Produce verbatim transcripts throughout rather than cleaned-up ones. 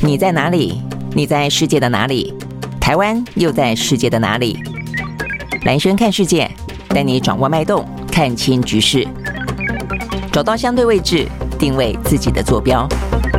你在哪里？你在世界的哪里？台湾又在世界的哪里？蓝轩看世界，带你掌握脉动，看清局势，找到相对位置，定位自己的坐标。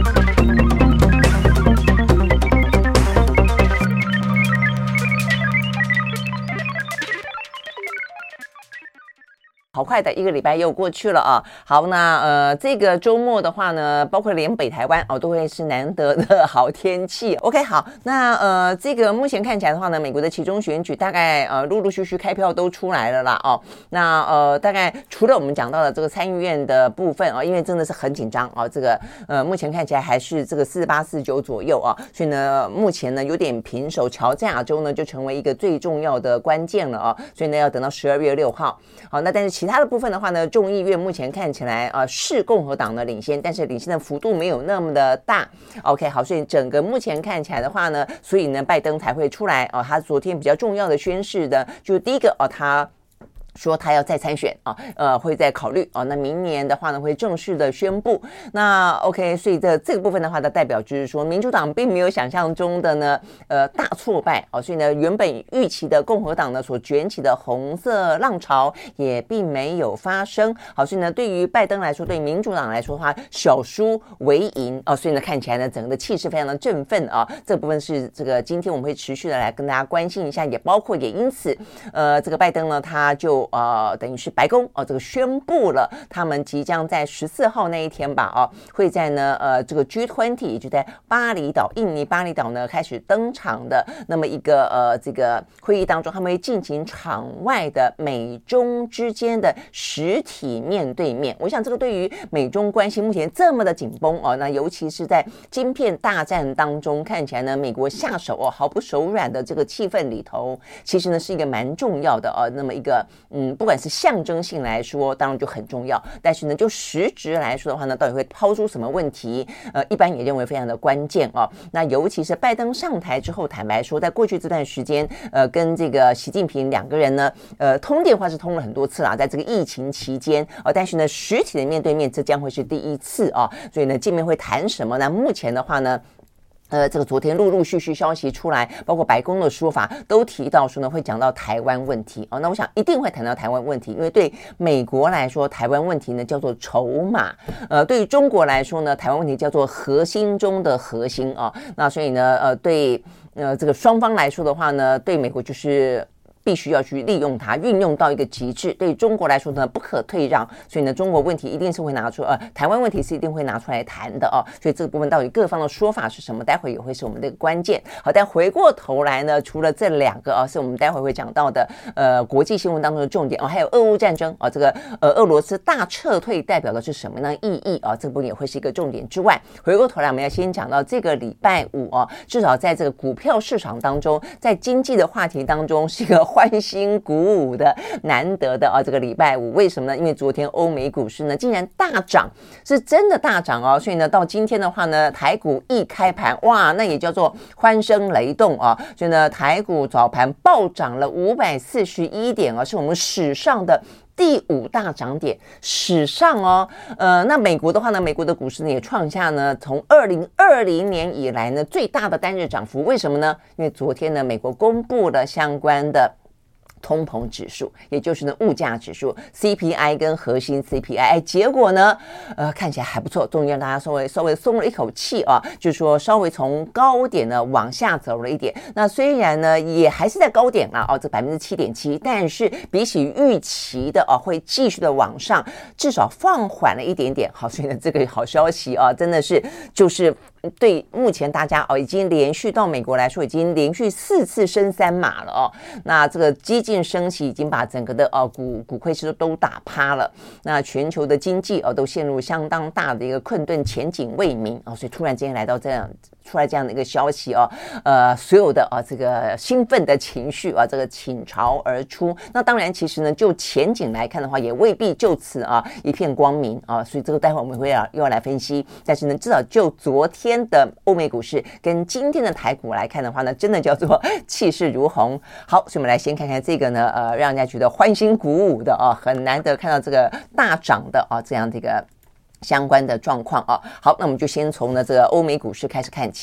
好快的一个礼拜又过去了啊！好，那呃，这个周末的话呢，包括连北台湾哦，都会是难得的好天气。OK， 好，那呃，这个目前看起来的话呢，美国的期中选举大概呃陆陆续续开票都出来了啦哦。那呃，大概除了我们讲到的这个参议院的部分哦，因为真的是很紧张哦，这个呃目前看起来还是这个四十八、四十九左右啊，所以呢，目前呢有点平手，乔治亚州呢就成为一个最重要的关键了啊，所以呢要等到十二月六号。好，那但是其他的部分的话呢，众议院目前看起来呃是共和党的领先，但是领先的幅度没有那么的大。OK， 好，所以整个目前看起来的话呢，所以呢拜登才会出来哦，他昨天比较重要的宣示的，就是第一个哦，他说他要再参选啊，呃，会再考虑啊。那明年的话呢，会正式的宣布。那 OK， 所以这这个部分的话的代表就是说，民主党并没有想象中的呢，呃，大挫败啊。所以呢，原本预期的共和党呢所卷起的红色浪潮也并没有发生。好，所以呢，对于拜登来说，对民主党来说的话，小输为赢啊。所以呢，看起来呢，整个的气势非常的振奋啊。这部分是这个今天我们会持续的来跟大家关心一下，也包括也因此，呃，这个拜登呢，他就呃，等于是白宫哦，这个宣布了，他们即将在十四号那一天吧，哦，会在呢呃这个 G 二十， 也就在巴厘岛，印尼巴厘岛呢开始登场的那么一个呃这个会议当中，他们会进行场外的美中之间的实体面对面。我想这个对于美中关系目前这么的紧绷哦，那尤其是在晶片大战当中，看起来呢美国下手哦毫不手软的这个气氛里头，其实呢是一个蛮重要的哦，那么一个嗯，不管是象征性来说，当然就很重要，但是呢，就实质来说的话呢，到底会抛出什么问题？呃，一般也认为非常的关键哦。那尤其是拜登上台之后，坦白说，在过去这段时间，呃，跟这个习近平两个人呢，呃，通电话是通了很多次啦，在这个疫情期间哦，但是呢，实体的面对面，这将会是第一次啊、哦。所以呢，见面会谈什么呢？目前的话呢，呃，这个昨天陆陆续续消息出来，包括白宫的说法都提到说呢，会讲到台湾问题哦。那我想一定会谈到台湾问题，因为对美国来说，台湾问题呢叫做筹码；呃，对于中国来说呢，台湾问题叫做核心中的核心啊。那所以呢，呃，对呃这个双方来说的话呢，对美国就是必须要去利用它，运用到一个极致。对中国来说呢，不可退让，所以呢，中国问题一定是会拿出，呃，台湾问题是一定会拿出来谈的哦。所以这个部分到底各方的说法是什么，待会也会是我们的一个关键。好，但回过头来呢，除了这两个啊，是我们待会会讲到的，呃，国际新闻当中的重点哦，还有俄乌战争啊，这个呃，俄罗斯大撤退代表的是什么呢？意义啊，这部分也会是一个重点之外，回过头来我们要先讲到这个礼拜五啊，至少在这个股票市场当中，在经济的话题当中是一个欢欣鼓舞的难得的啊，这个礼拜五为什么呢？因为昨天欧美股市呢竟然大涨，是真的大涨哦，所以呢到今天的话呢，台股一开盘哇，那也叫做欢声雷动啊，所以呢台股早盘暴涨了五百四十一点啊，是我们史上的第五大涨点，史上哦，呃，那美国的话呢，美国的股市呢也创下呢从二零二零年以来呢最大的单日涨幅，为什么呢？因为昨天呢，美国公布了相关的通膨指数，也就是呢物价指数 C P I 跟核心 C P I， 结果呢，呃，看起来还不错，终于让大家稍微稍微松了一口气啊，就是说稍微从高点呢往下走了一点。那虽然呢也还是在高点啦，哦，这百分之七点七，但是比起预期的哦，会继续的往上，至少放缓了一点点。好，所以呢这个好消息啊，真的是就是对目前大家哦已经连续到美国来说，已经连续四次升三码了哦。那这个激进升息已经把整个的呃股股汇市都打趴了，那全球的经济呃都陷入相当大的一个困顿，前景未明啊，所以突然间来到这样出来这样的一个消息哦，呃，所有的啊这个兴奋的情绪啊，这个倾巢而出。那当然，其实呢，就前景来看的话，也未必就此啊一片光明啊，所以这个待会我们会要又要来分析。但是呢，至少就昨天的欧美股市跟今天的台股来看的话呢，真的叫做气势如虹。好，所以我们来先看看这个呢，呃，让人家觉得欢欣鼓舞的啊，很难得看到这个大涨的啊这样的一个相关的状况啊。好，那我们就先从呢这个欧美股市开始看起。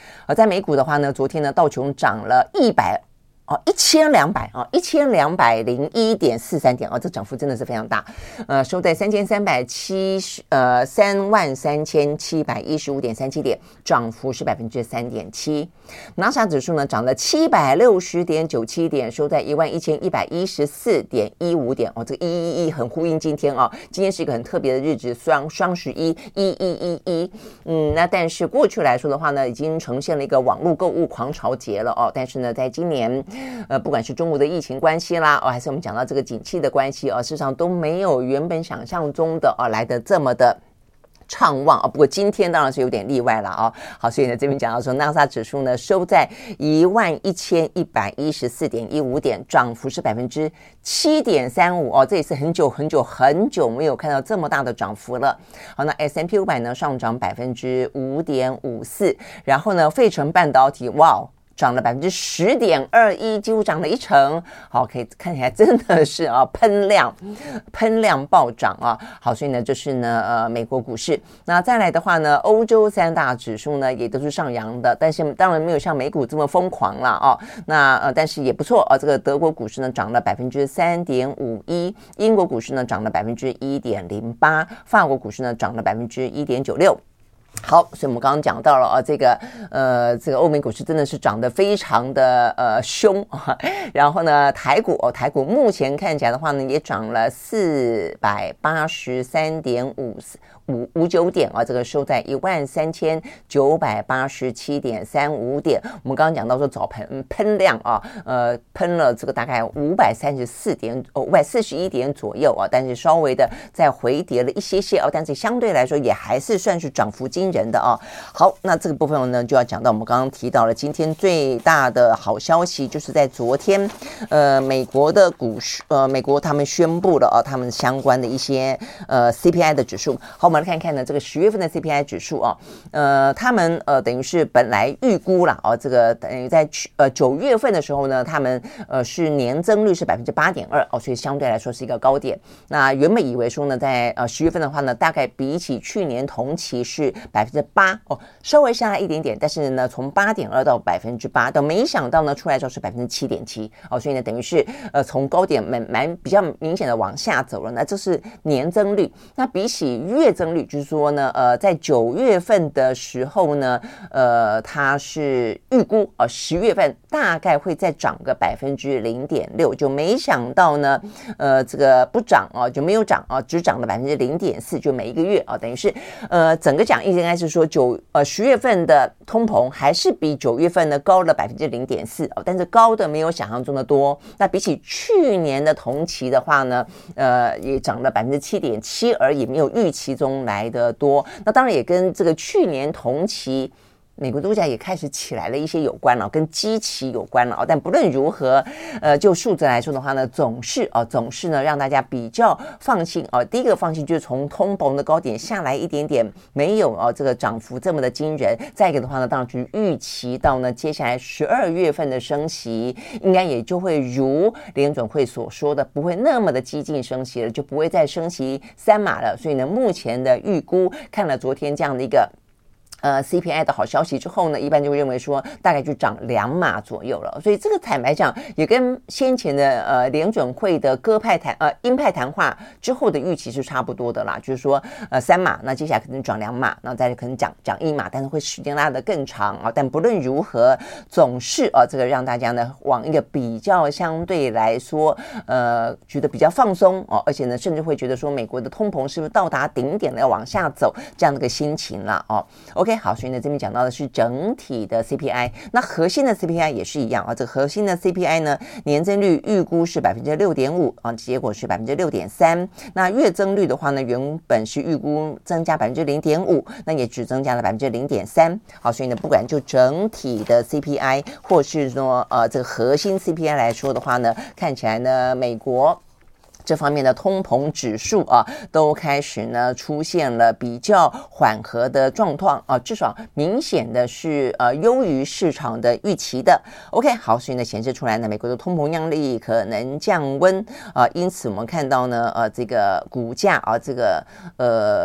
而在美股的话呢，昨天呢道琼涨了一百哦，一千两百啊，一千两百零一点四三点哦，这涨幅真的是非常大，呃，收在三千三百七十呃三万三千七百一十五点三七点，涨幅是百分之三点七。纳斯达克指数呢涨了七百六十点九七点，收在一万一千一百一十四点一五点哦，这个一一一很呼应今天哦，今天是一个很特别的日子，双双十一一一一一，嗯，那但是过去来说的话呢，已经呈现了一个网络购物狂潮节了哦，但是呢，在今年。呃，不管是中国的疫情关系啦，哦，还是我们讲到这个景气的关系，哦，事实上都没有原本想象中的哦来的这么的畅旺啊，不过今天当然是有点例外了啊。好，所以呢这边讲到说，纳斯达克指数呢收在一万一千一百一十四点一五点，涨幅是百分之七点三五哦，这也是很久很久很久没有看到这么大的涨幅了。好，那 S and P 五百 呢上涨百分之五点五四，然后呢费城半导体哇。涨了百分之十点二一，几乎涨了一成。好，可以看起来真的是啊，喷量，喷量暴涨啊。好，所以呢，这是呢呃美国股市。那再来的话呢，欧洲三大指数呢也都是上扬的，但是当然没有像美股这么疯狂了啊。那呃，但是也不错啊。这个德国股市呢涨了百分之三点五一，英国股市呢涨了百分之一点零八，法国股市呢涨了百分之一点九六。好，所以我们刚刚讲到了啊，这个呃，这个欧美股市真的是涨得非常的呃凶啊。然后呢，台股哦，台股目前看起来的话呢，也涨了四百八十三点五五五九点啊，这个收在一万三千九百八十七点三五点。我们刚刚讲到说早盘喷量啊，呃，喷了这个大概五百三十四点哦，五百四十一点左右啊，但是稍微的再回跌了一些些哦，但是相对来说也还是算是涨幅惊人的啊。好，那这个部分呢就要讲到我们刚刚提到了今天最大的好消息，就是在昨天，呃，美国的股市，呃，美国他们宣布了啊，他们相关的一些呃 C P I 的指数。好，我们来看看呢，这个十月份的 C P I 指数啊，呃，他们呃等于是本来预估啦啊，这个等于在呃九月份的时候呢，他们呃是年增率是百分之八点二哦，所以相对来说是一个高点。那原本以为说呢，在呃十月份的话呢，大概比起去年同期是百分之八哦，稍微下来一点点，但是呢，从八点二到百分之八，都没想到呢，出来之后是百分之七点七哦，所以呢，等于是呃从高点蛮蛮比较明显的往下走了。那这是年增率，那比起月增率，就是说呢，呃，在九月份的时候呢，呃，它是预估呃十月份大概会再涨个百分之零点六，就没想到呢，呃，这个不涨啊，就没有涨啊，只涨了百分之零点四，就每一个月啊，等于是呃整个讲义应该是说九呃十月份的通膨还是比九月份呢高了百分之零点四哦，但是高的没有想象中的多。那比起去年的同期的话呢，呃，也涨了百分之七点七而已，没有预期中来的多。那当然也跟这个去年同期美国的物价也开始起来了一些有关了，跟基期有关了。但不论如何，呃，就数字来说的话呢，总是啊，总是呢让大家比较放心啊。第一个放心就是从通膨的高点下来一点点，没有啊这个涨幅这么的惊人。再一个的话呢，当然就是预期到呢接下来十二月份的升息，应该也就会如联准会所说的，不会那么的激进升息了，就不会再升息三码了。所以呢，目前的预估看了昨天这样的一个。呃 C P I 的好消息之后呢，一般就会认为说大概就涨两码左右了，所以这个坦白讲也跟先前的呃联准会的鸽派谈呃鹰派谈话之后的预期是差不多的啦，就是说呃三码，那接下来可能涨两码，然后再可能讲讲一码，但是会时间拉得更长啊。但不论如何，总是啊这个让大家呢往一个比较相对来说呃觉得比较放松哦，而且呢甚至会觉得说美国的通膨是不是到达顶点了要往下走这样的一个心情啦哦。OK。好，所以呢，这边讲到的是整体的 C P I， 那核心的 C P I 也是一样啊。这个核心的 C P I 呢，年增率预估是百分之六点五啊，结果是百分之六点三。那月增率的话呢，原本是预估增加百分之零点五，那也只增加了百分之零点三。好，所以呢，不管就整体的 C P I， 或是说呃这个核心 C P I 来说的话呢，看起来呢，美国这方面的通膨指数啊，都开始呢出现了比较缓和的状况啊，至少明显的是呃优于市场的预期的。OK， 好，所以呢显示出来呢，美国的通膨压力可能降温啊，因此我们看到呢呃这个股价啊这个呃。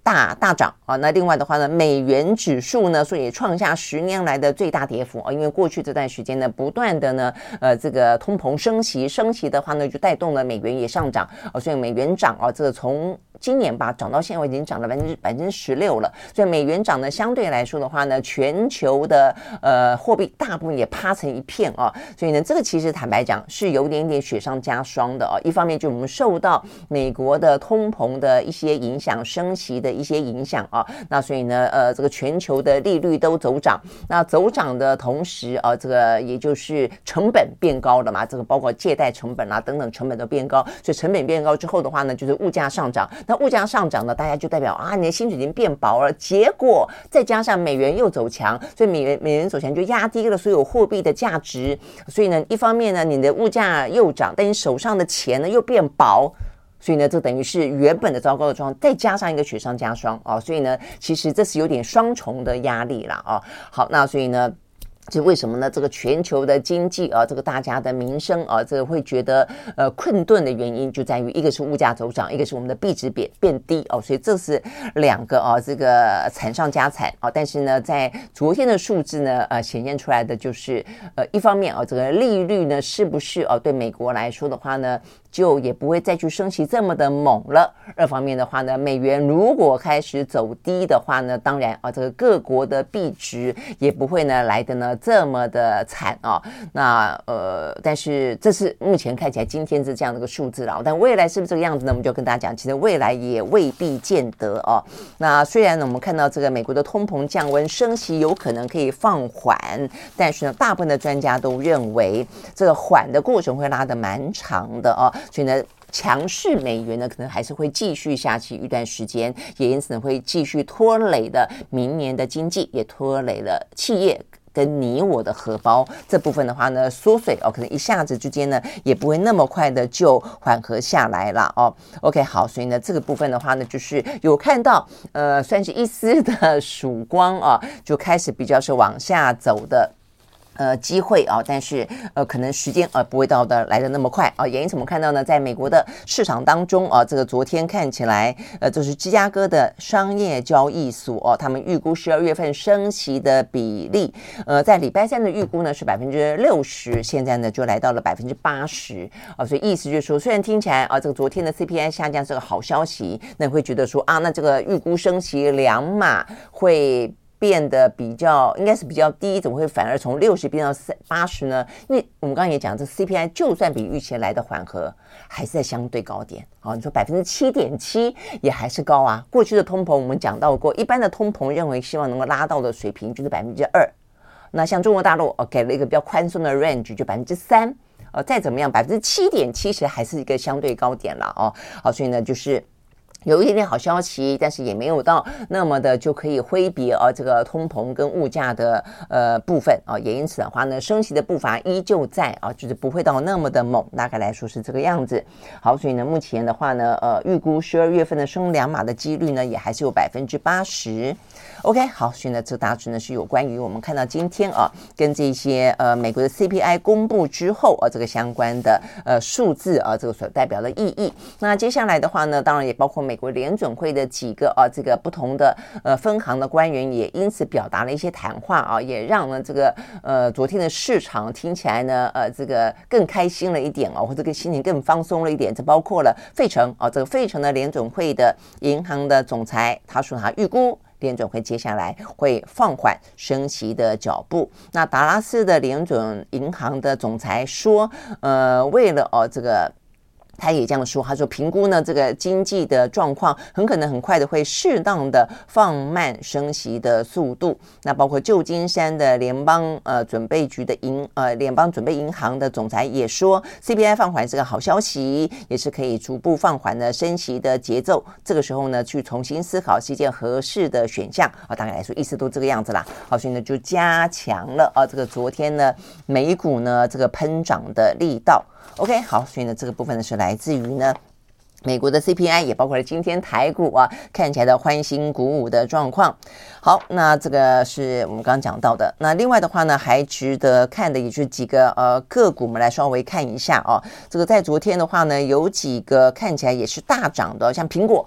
大大涨啊，那另外的话呢，美元指数呢，所以也创下十年来的最大跌幅啊，因为过去这段时间呢，不断的呢，呃，这个通膨升息，升息的话呢，就带动了美元也上涨啊，所以美元涨啊，这个从今年吧涨到现在已经涨了百分之百分之十六了，所以美元涨呢，相对来说的话呢，全球的呃货币大部分也趴成一片啊，所以呢，这个其实坦白讲是有点点雪上加霜的啊，一方面就我们受到美国的通膨的一些影响，升息的一些影响啊，那所以呢，呃，这个全球的利率都走涨，那走涨的同时啊，这个也就是成本变高了嘛，这个包括借贷成本啊等等成本都变高，所以成本变高之后的话呢，就是物价上涨，那物价上涨呢，大家就代表啊，你的薪水已经变薄了，结果再加上美元又走强，所以美元美元走强就压低了所有货币的价值，所以呢，一方面呢，你的物价又涨，但你手上的钱呢又变薄。所以呢，这等于是原本的糟糕的状况，再加上一个雪上加霜啊，所以呢，其实这是有点双重的压力啦啊。好，那所以呢，这为什么呢？这个全球的经济啊，这个大家的民生啊，这个会觉得呃困顿的原因就在于一个是物价走涨，一个是我们的币值变变低哦，所以这是两个啊，这个惨上加惨啊。但是呢，在昨天的数字呢，呃，显现出来的就是呃，一方面啊，这个利率呢是不是啊，对美国来说的话呢，就也不会再去升息这么的猛了。二方面的话呢，美元如果开始走低的话呢，当然啊，这个各国的币值也不会呢来的呢这么的惨啊。那呃，但是这是目前看起来今天是这样的一个数字了，但未来是不是这个样子呢？我们就跟大家讲，其实未来也未必见得哦。那虽然呢，我们看到这个美国的通膨降温，升息有可能可以放缓，但是呢，大部分的专家都认为这个缓的过程会拉得蛮长的哦。所以呢，强势美元呢，可能还是会继续下去一段时间，也因此呢，会继续拖累的明年的经济，也拖累了企业跟你我的荷包。这部分的话呢，缩水哦，可能一下子之间呢，也不会那么快的就缓和下来了哦。OK， 好，所以呢，这个部分的话呢，就是有看到呃，算是一丝的曙光啊，就开始比较是往下走的。呃，机会啊，但是呃，可能时间呃不会到的来的那么快啊。也因此我们看到呢，在美国的市场当中啊，这个昨天看起来，呃，就是芝加哥的商业交易所哦，他们预估十二月份升息的比例，呃，在礼拜三的预估呢是百分之六十，现在呢就来到了百分之八十啊。所以意思就是说，虽然听起来啊，这个昨天的 C P I 下降是个好消息，那你会觉得说啊，那这个预估升息两码会变得比较应该是比较低，怎么会反而从六十变到八十呢？因为我们刚刚也讲，这 C P I 就算比预期来的缓和，还是在相对高点啊。你说百分之七点七也还是高啊。过去的通膨我们讲到过，一般的通膨认为希望能够拉到的水平就是百分之二。那像中国大陆、哦、给了一个比较宽松的 range， 就百分之三。呃，再怎么样，百分之七点七其实还是一个相对高点了哦。好，所以呢，就是。有一点点好消息，但是也没有到那么的就可以挥别啊这个通膨跟物价的呃部分啊，也因此的话呢，升息的步伐依旧在啊，就是不会到那么的猛，大概来说是这个样子。好，所以呢，目前的话呢，呃，预估十二月份的升两码的几率呢，也还是有百分之八十。OK， 好，所以呢，这大致呢是有关于我们看到今天啊，跟这些呃美国的 C P I 公布之后啊，这个相关的呃数字啊，这个所代表的意义。那接下来的话呢，当然也包括美国联准会的几个啊这个不同的呃分行的官员也因此表达了一些谈话啊，也让呢这个呃昨天的市场听起来呢呃这个更开心了一点啊，或者更心情更放松了一点。这包括了费城啊，这个费城的联准会的银行的总裁，他说他预估联准会接下来会放缓升息的脚步。那达拉斯的联准银行的总裁说，呃，为了哦这个。他也这样说，他说评估呢这个经济的状况很可能很快的会适当的放慢升息的速度。那包括旧金山的联邦呃准备局的银呃联邦准备银行的总裁也说 C P I 放缓是个好消息，也是可以逐步放缓的升息的节奏。这个时候呢去重新思考是一件合适的选项啊，大概来说意思都这个样子啦。好，所以呢就加强了啊这个昨天呢美股呢这个喷涨的力道。OK， 好，所以呢这个部分呢是来自于呢美国的 C P I， 也包括了今天台股啊看起来的欢欣鼓舞的状况。好，那这个是我们刚刚讲到的。那另外的话呢，还值得看的也是几个呃个股，我们来稍微看一下哦。这个在昨天的话呢，有几个看起来也是大涨的，像苹果。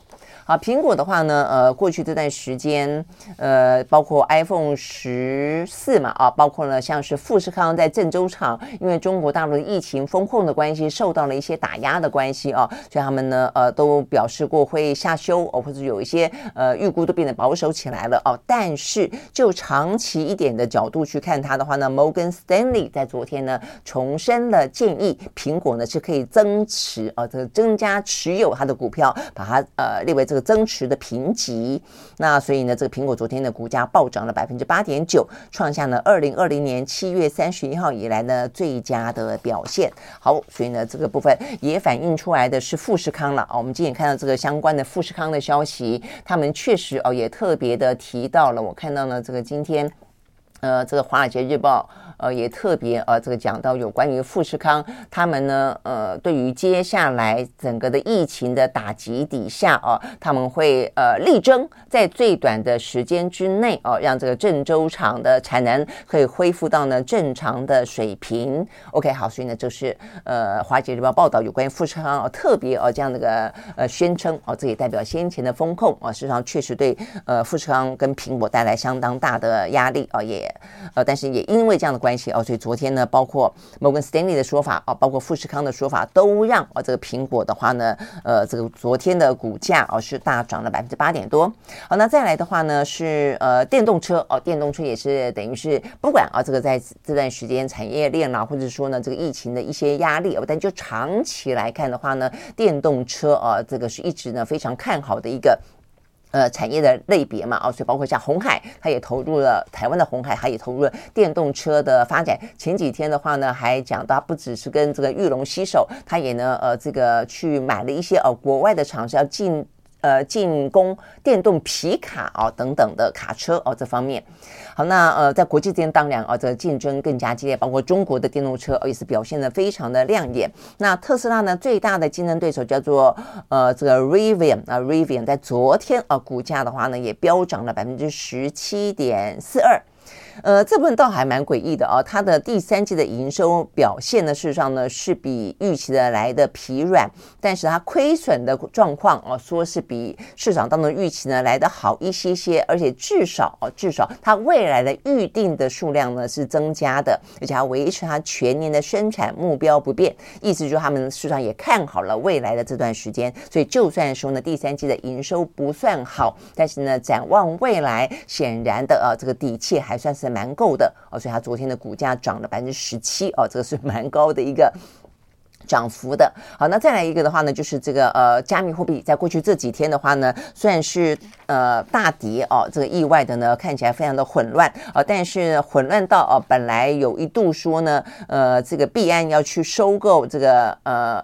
好，苹果的话呢，呃，过去这段时间，呃，包括 iPhone 十四嘛，啊，包括呢像是富士康在郑州厂，因为中国大陆的疫情风控的关系，受到了一些打压的关系啊，所以他们呢，呃，都表示过会下修，哦，或者有一些呃预估都变得保守起来了哦。但是就长期一点的角度去看它的话呢 ，Morgan Stanley 在昨天呢重申了建议，苹果呢是可以增持啊，这个增加持有它的股票，把它呃列为这个增持的评级。那所以呢，这个苹果昨天的股价暴涨了百分之八点九，创下呢二零二零年七月三十一号以来呢最佳的表现。好，所以呢这个部分也反映出来的是富士康了啊。我们今天看到这个相关的富士康的消息，他们确实哦也特别的提到了，我看到呢这个今天呃这个华尔街日报呃，也特别呃，这个讲到有关于富士康，他们呢，呃，对于接下来整个的疫情的打击底下啊，他们会呃力争在最短的时间之内哦、啊，让这个郑州厂的产能可以恢复到呢正常的水平。OK， 好，所以呢，就是呃，华尔街日报报道有关于富士康啊，特别哦、啊、这样的个呃宣称哦、啊，这也代表先前的风控啊，事实上确实对呃富士康跟苹果带来相当大的压力啊，也呃，但是也因为这样的关系哦，所以昨天呢，包括 Morgan Stanley 的说法啊，包括富士康的说法，都让啊这个苹果的话呢，呃，这个昨天的股价哦是大涨了百分之八点多。好，那再来的话呢是呃电动车哦，电动车也是等于是不管啊这个在这段时间产业链啦，或者说呢这个疫情的一些压力哦，但就长期来看的话呢，电动车啊这个是一直呢非常看好的一个。呃，产业的类别嘛，哦，所以包括像鸿海，它也投入了台湾的鸿海，它也投入了电动车的发展。前几天的话呢，还讲到不只是跟这个玉龙携手，它也呢，呃，这个去买了一些呃国外的厂商要进。呃，进攻电动皮卡哦等等的卡车哦这方面，好，那呃在国际间当然哦这个竞争更加激烈，包括中国的电动车、哦、也是表现得非常的亮眼。那特斯拉呢最大的竞争对手叫做呃这个 Rivian 啊 Rivian 在昨天啊、呃、股价的话呢也飙涨了百分之十七点四二。呃，这部分倒还蛮诡异的啊，它的第三季的营收表现呢，事实上呢是比预期的来的疲软，但是它亏损的状况哦、啊，说是比市场当中预期呢来的好一些些，而且至少哦、啊，至少它未来的预定的数量呢是增加的，而且它维持它全年的生产目标不变，意思就是他们市场也看好了未来的这段时间，所以就算说呢第三季的营收不算好，但是呢展望未来，显然的啊这个底气还算是蛮够的哦，所以它昨天的股价涨了百分之十七哦，这个是蛮高的一个涨幅的。好，那再来一个的话呢，就是这个呃加密货币，在过去这几天的话呢，算是呃大跌哦，这个意外的呢看起来非常的混乱啊、呃，但是混乱到哦、呃，本来有一度说呢，呃这个币安要去收购这个呃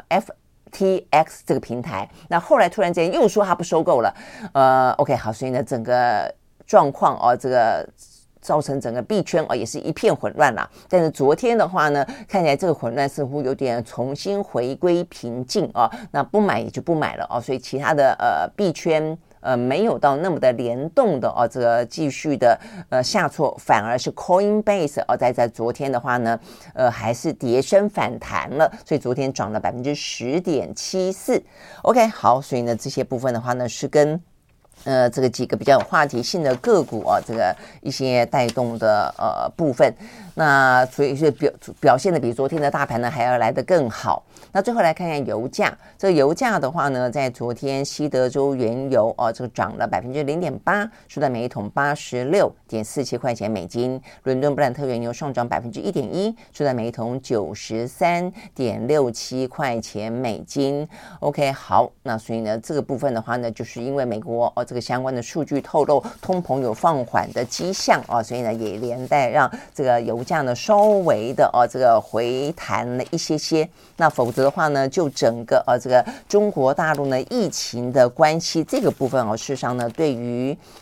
F。T X 这个平台，那后来突然间又说他不收购了，呃 ，OK 好，所以呢整个状况哦，这个造成整个币圈哦也是一片混乱啦。但是昨天的话呢，看起来这个混乱似乎有点重新回归平静啊，那不买也就不买了哦，所以其他的呃币圈。呃，没有到那么的联动的哦，这个继续的呃下挫，反而是 Coinbase 哦，在在昨天的话呢，呃还是跌升反弹了，所以昨天涨了百分之十点七四。OK， 好，所以呢这些部分的话呢是跟。呃，这个几个比较有话题性的个股啊，这个一些带动的呃部分，那所以是表表现的比昨天的大盘呢还要来得更好。那最后来看看油价，这个油价的话呢，在昨天西德州原油哦，这个涨了百分之零点八，收在每一桶八十六点四七块钱美金。伦敦布兰特原油上涨百分之一点一，收在每一桶九十三点六七块钱美金。OK， 好，那所以呢，这个部分的话呢，就是因为美国哦。这个相关的数据透露通膨有放缓的迹象啊，所以呢也连带让这个油价呢稍微的啊这个回弹了一些些。那否则的话呢，就整个呃、啊、这个中国大陆呢疫情的关系这个部分哦、啊，事实上呢对于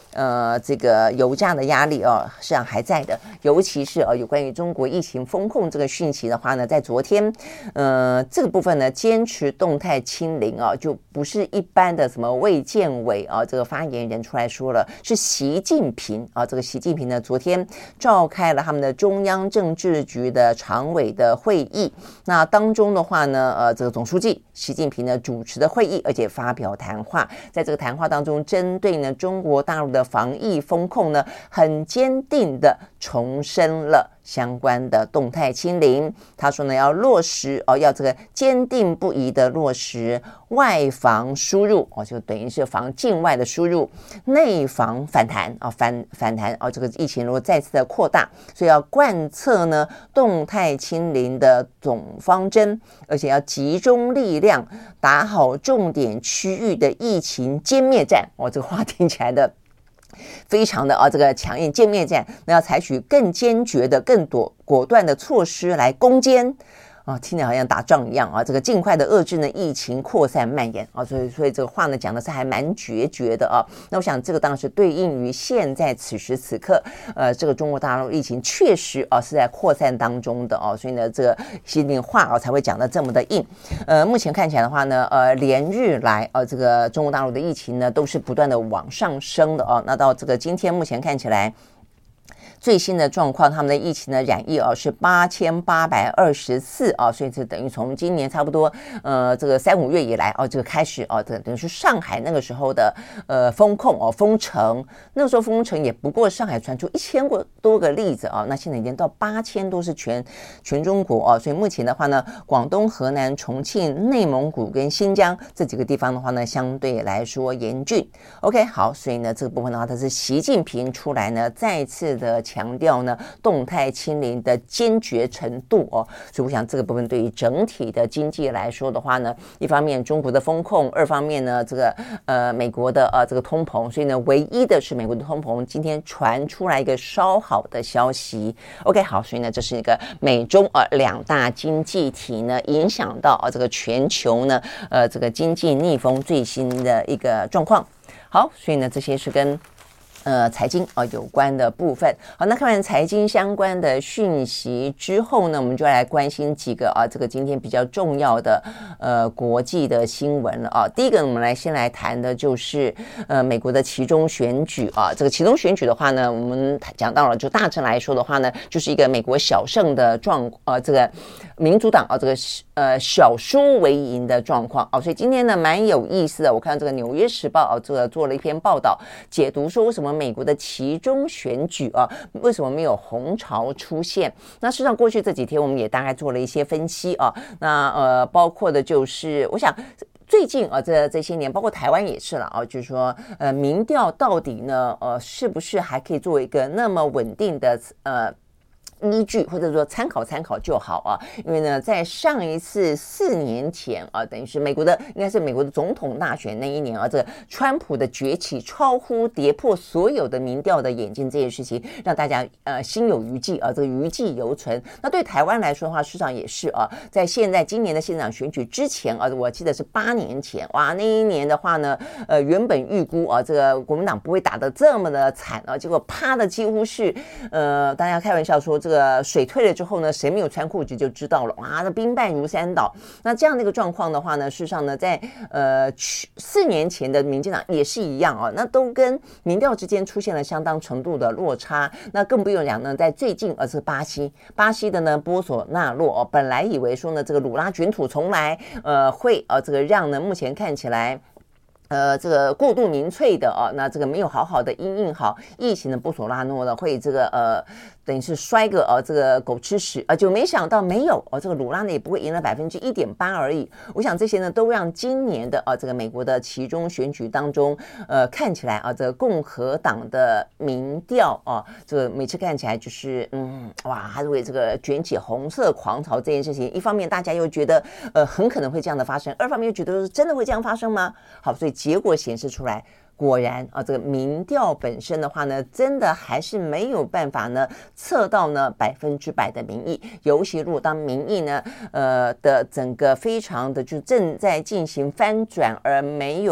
呃，这个油价的压力哦，实际上还在的，尤其是呃有关于中国疫情封控这个讯息的话呢，在昨天，呃，这个部分呢，坚持动态清零啊，就不是一般的什么卫健委啊这个发言人出来说了，是习近平啊，这个习近平呢，昨天召开了他们的中央政治局的常委的会议，那当中的话呢，呃，这个总书记习近平呢主持的会议，而且发表谈话，在这个谈话当中，针对呢中国大陆的防疫风控呢，很坚定的重申了相关的动态清零。他说呢，要落实哦，要这个坚定不移的落实外防输入哦，就等于是防境外的输入，内防反弹啊、哦，反反弹哦，这个疫情如果再次的扩大，所以要贯彻呢动态清零的总方针，而且要集中力量打好重点区域的疫情歼灭战。哦，这个话听起来的非常的啊，这个强硬，歼灭战，那要采取更坚决的、更果果断的措施来攻坚。啊，听起来好像打仗一样啊！这个尽快的遏制呢疫情扩散蔓延啊，所以所以这个话呢讲的是还蛮决绝的啊。那我想这个当然是对应于现在此时此刻，呃，这个中国大陆疫情确实啊是在扩散当中的哦、啊，所以呢这个习近平话啊才会讲的这么的硬。呃，目前看起来的话呢，呃，连日来呃这个中国大陆的疫情呢都是不断的往上升的哦、啊。那到这个今天目前看起来，最新的状况，他们的疫情的染疫哦是八千八百二十四啊，所以这等于从今年差不多呃这个三五月以来哦，这个开始哦，等等于是上海那个时候的呃封控哦封城，那个时候封城也不过上海传出一千多个例子啊，那现在已经到八千多是全全中国哦，所以目前的话呢，广东、河南、重庆、内蒙古跟新疆这几个地方的话呢，相对来说严峻。OK， 好，所以呢这个部分的话，它是习近平出来呢再次的强调呢动态清零的坚决程度哦，所以我想这个部分对于整体的经济来说的话呢，一方面中国的风控，二方面呢这个呃美国的呃这个通膨，所以呢唯一的是美国的通膨今天传出来一个稍好的消息。OK， 好，所以呢这是一个美中呃两大经济体呢影响到呃这个全球呢呃这个经济逆风最新的一个状况。好，所以呢这些是跟呃，财经啊、呃、有关的部分。好，那看完财经相关的讯息之后呢，我们就来关心几个啊，这个今天比较重要的呃国际的新闻了啊。第一个，我们来先来谈的就是呃美国的期中选举啊。这个期中选举的话呢，我们讲到了，就大致来说的话呢，就是一个美国小胜的状呃这个民主党啊这个呃小输为赢的状况啊。所以今天呢蛮有意思的，我看到这个《纽约时报》啊这个做了一篇报道，解读说为什么美国的期中选举啊，为什么没有红潮出现？那事实上，过去这几天我们也大概做了一些分析啊。那呃，包括的就是，我想最近啊，这这些年，包括台湾也是了啊，就是说，呃，民调到底呢，呃，是不是还可以做一个那么稳定的呃？依据或者说参考参考就好啊，因为呢，在上一次四年前啊，等于是美国的应该是美国的总统大选那一年啊，这个川普的崛起超乎跌破所有的民调的眼镜这件事情，让大家呃心有余悸啊，这个余悸犹存。那对台湾来说的话，事实上也是啊，在现在今年的县长选举之前啊，我记得是八年前，哇，那一年的话呢，呃，原本预估啊，这个国民党不会打得这么的惨啊，结果啪的几乎是呃，大家开玩笑说这个。这个水退了之后呢，谁没有穿裤子就知道了，哇，那兵败如山倒。那这样的一个状况的话呢，事实上呢，在呃四年前的民进党也是一样啊，那都跟民调之间出现了相当程度的落差。那更不用讲呢，在最近，而、呃、是巴西，巴西的呢波索纳洛哦，本来以为说呢，这个鲁拉卷土重来，呃，会呃这个让呢目前看起来。呃，这个过度民粹的啊，那这个没有好好的因应好疫情的波索纳诺呢，会这个呃，等于是摔个呃这个狗吃屎啊，就没想到没有哦，这个鲁拉呢也不会赢了百分之一点八而已。我想这些呢都让今年的啊这个美国的期中选举当中，呃，看起来啊这个共和党的民调啊，这个每次看起来就是嗯哇，还是为这个卷起红色狂潮这件事情，一方面大家又觉得呃很可能会这样的发生，二方面又觉得真的会这样发生吗？好，所以。结果显示出来，果然啊，这个民调本身的话呢，真的还是没有办法呢测到呢百分之百的民意。尤其如果当民意呢，呃的整个非常的就正在进行翻转，而没有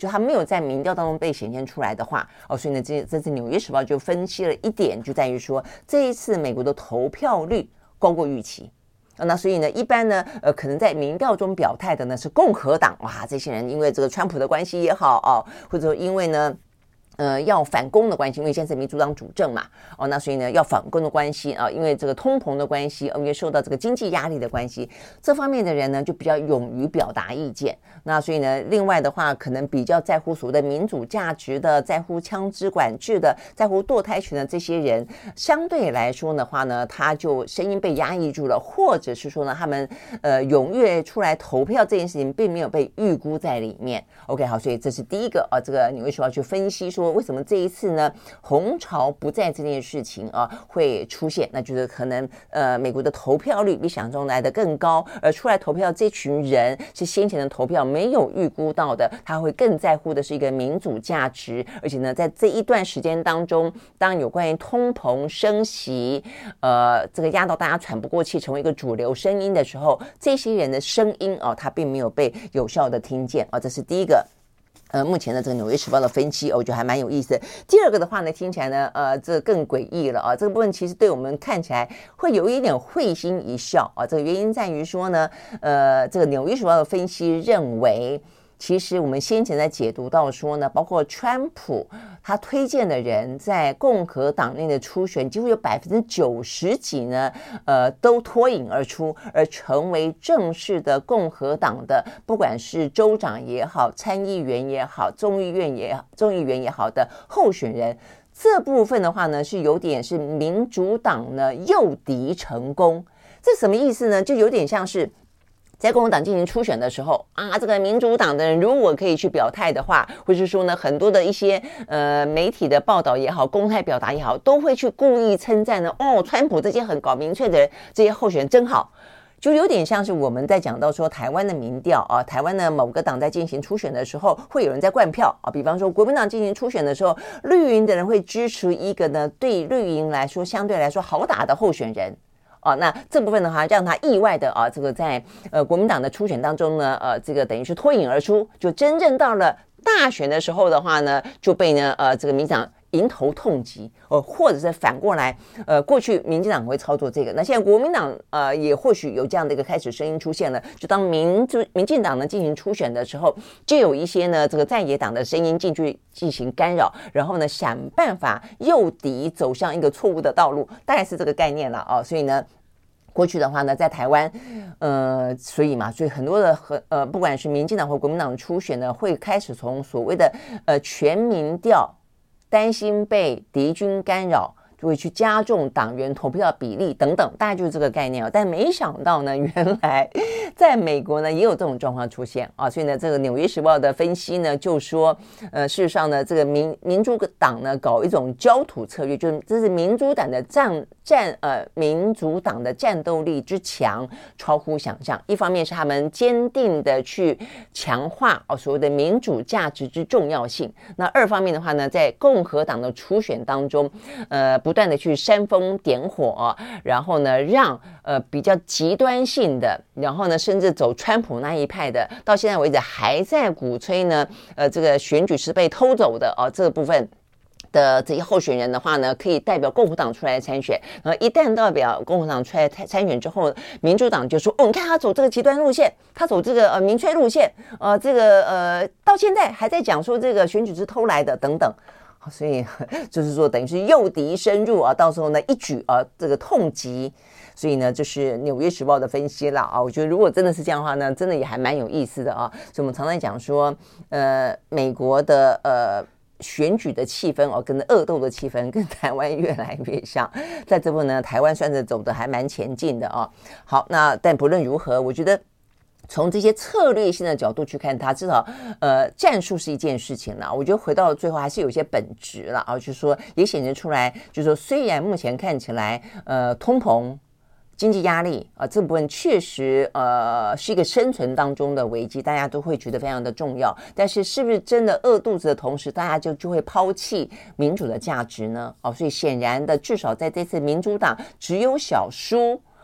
就他没有在民调当中被显现出来的话，哦，所以呢，这这次《纽约时报》就分析了一点，就在于说这一次美国的投票率高过预期。那所以呢，一般呢，呃，可能在民调中表态的呢是共和党，哇，这些人因为这个川普的关系也好哦，或者说因为呢。呃，要反攻的关系，因为现在是民主党主政嘛，哦，那所以呢，要反攻的关系啊，因为这个通膨的关系，因为受到这个经济压力的关系，这方面的人呢就比较勇于表达意见。那所以呢，另外的话，可能比较在乎所谓的民主价值的，在乎枪支管制的，在乎堕胎权的这些人，相对来说的话呢，他就声音被压抑住了，或者是说呢，他们呃踊跃出来投票这件事情，并没有被预估在里面。OK， 好，所以这是第一个啊，这个纽约时报去分析说。为什么这一次呢红潮不在这件事情啊会出现，那就是可能呃美国的投票率比想象中来的更高，而出来投票这群人是先前的投票没有预估到的，他会更在乎的是一个民主价值，而且呢在这一段时间当中，当有关于通膨升息呃这个压到大家喘不过气成为一个主流声音的时候，这些人的声音啊他并没有被有效的听见啊，这是第一个呃，目前的这个《纽约时报》的分析，哦，我觉得还蛮有意思的。第二个的话呢，听起来呢，呃，这更诡异了啊。这个部分其实对我们看起来会有一点会心一笑啊。这个原因在于说呢，呃，这个《纽约时报》的分析认为，其实我们先前在解读到说呢，包括川普他推荐的人在共和党内的初选，几乎有百分之九十几呢，呃，都脱颖而出，而成为正式的共和党的，不管是州长也好、参议员也好、众议院也好、众议员也好的候选人。这部分的话呢，是有点是民主党呢诱敌成功。这什么意思呢？就有点像是。在共和党进行初选的时候啊，这个民主党的人如果可以去表态的话，或是说呢，很多的一些呃媒体的报道也好，公开表达也好，都会去故意称赞呢，哦，川普这些很搞民粹的人，这些候选人真好。就有点像是我们在讲到说台湾的民调啊，台湾的某个党在进行初选的时候，会有人在灌票啊，比方说国民党进行初选的时候，绿营的人会支持一个呢对绿营来说相对来说好打的候选人。哦，那这部分的话，让他意外的啊，这个在呃国民党的初选当中呢，呃，这个等于是脱颖而出，就真正到了大选的时候的话呢，就被呢呃这个民进党迎头痛击，呃，或者是反过来，呃，过去民进党会操作这个，那现在国民党呃也或许有这样的一个开始声音出现了，就当民主民进党呢进行初选的时候，就有一些呢这个在野党的声音进去进行干扰，然后呢想办法诱敌走向一个错误的道路，大概是这个概念了啊，所以呢。过去的话呢，在台湾，呃，所以嘛，所以很多的和呃，不管是民进党或国民党的初选呢，会开始从所谓的呃全民调，担心被敌军干扰，就会去加重党员投票比例等等，大概就是这个概念哦。但没想到呢，原来在美国呢也有这种状况出现啊，所以呢，这个《纽约时报》的分析呢就说，呃，事实上呢，这个民民主党呢搞一种焦土策略，就是这是民主党的战战呃民主党的战斗力之强，超乎想象。一方面是他们坚定的去强化哦所谓的民主价值之重要性，那二方面的话呢，在共和党的初选当中，呃，不断的去煽风点火、哦，然后呢，让呃比较极端性的，然后呢，甚至走川普那一派的，到现在为止还在鼓吹呢，呃，这个选举是被偷走的哦，这个部分。的这些候选人的话呢，可以代表共和党出来参选。然后一旦代表共和党出来参选之后，民主党就说：“哦，你看他走这个极端路线，他走这个呃民粹路线，呃，这个呃到现在还在讲说这个选举是偷来的等等。”所以就是说，等于是诱敌深入啊，到时候呢一举啊这个痛击。所以呢，就是《纽约时报》的分析了啊。我觉得如果真的是这样的话呢，真的也还蛮有意思的啊。所以我们常常讲说，呃，美国的呃。选举的气氛哦，跟恶斗的气氛跟台湾越来越像，在这部分呢，台湾算是走得还蛮前进的哦。好，那但不论如何，我觉得从这些策略性的角度去看它，至少呃战术是一件事情啦。我觉得回到最后还是有一些本质啦啊，就是说也显示出来，就是说虽然目前看起来呃通膨。经济压力啊，这部分确实呃是一个生存当中的危机，大家都会觉得非常的重要。但是是不是真的饿肚子的同时，大家就就会抛弃民主的价值呢？哦，所以显然的，至少在这次民主党只有小输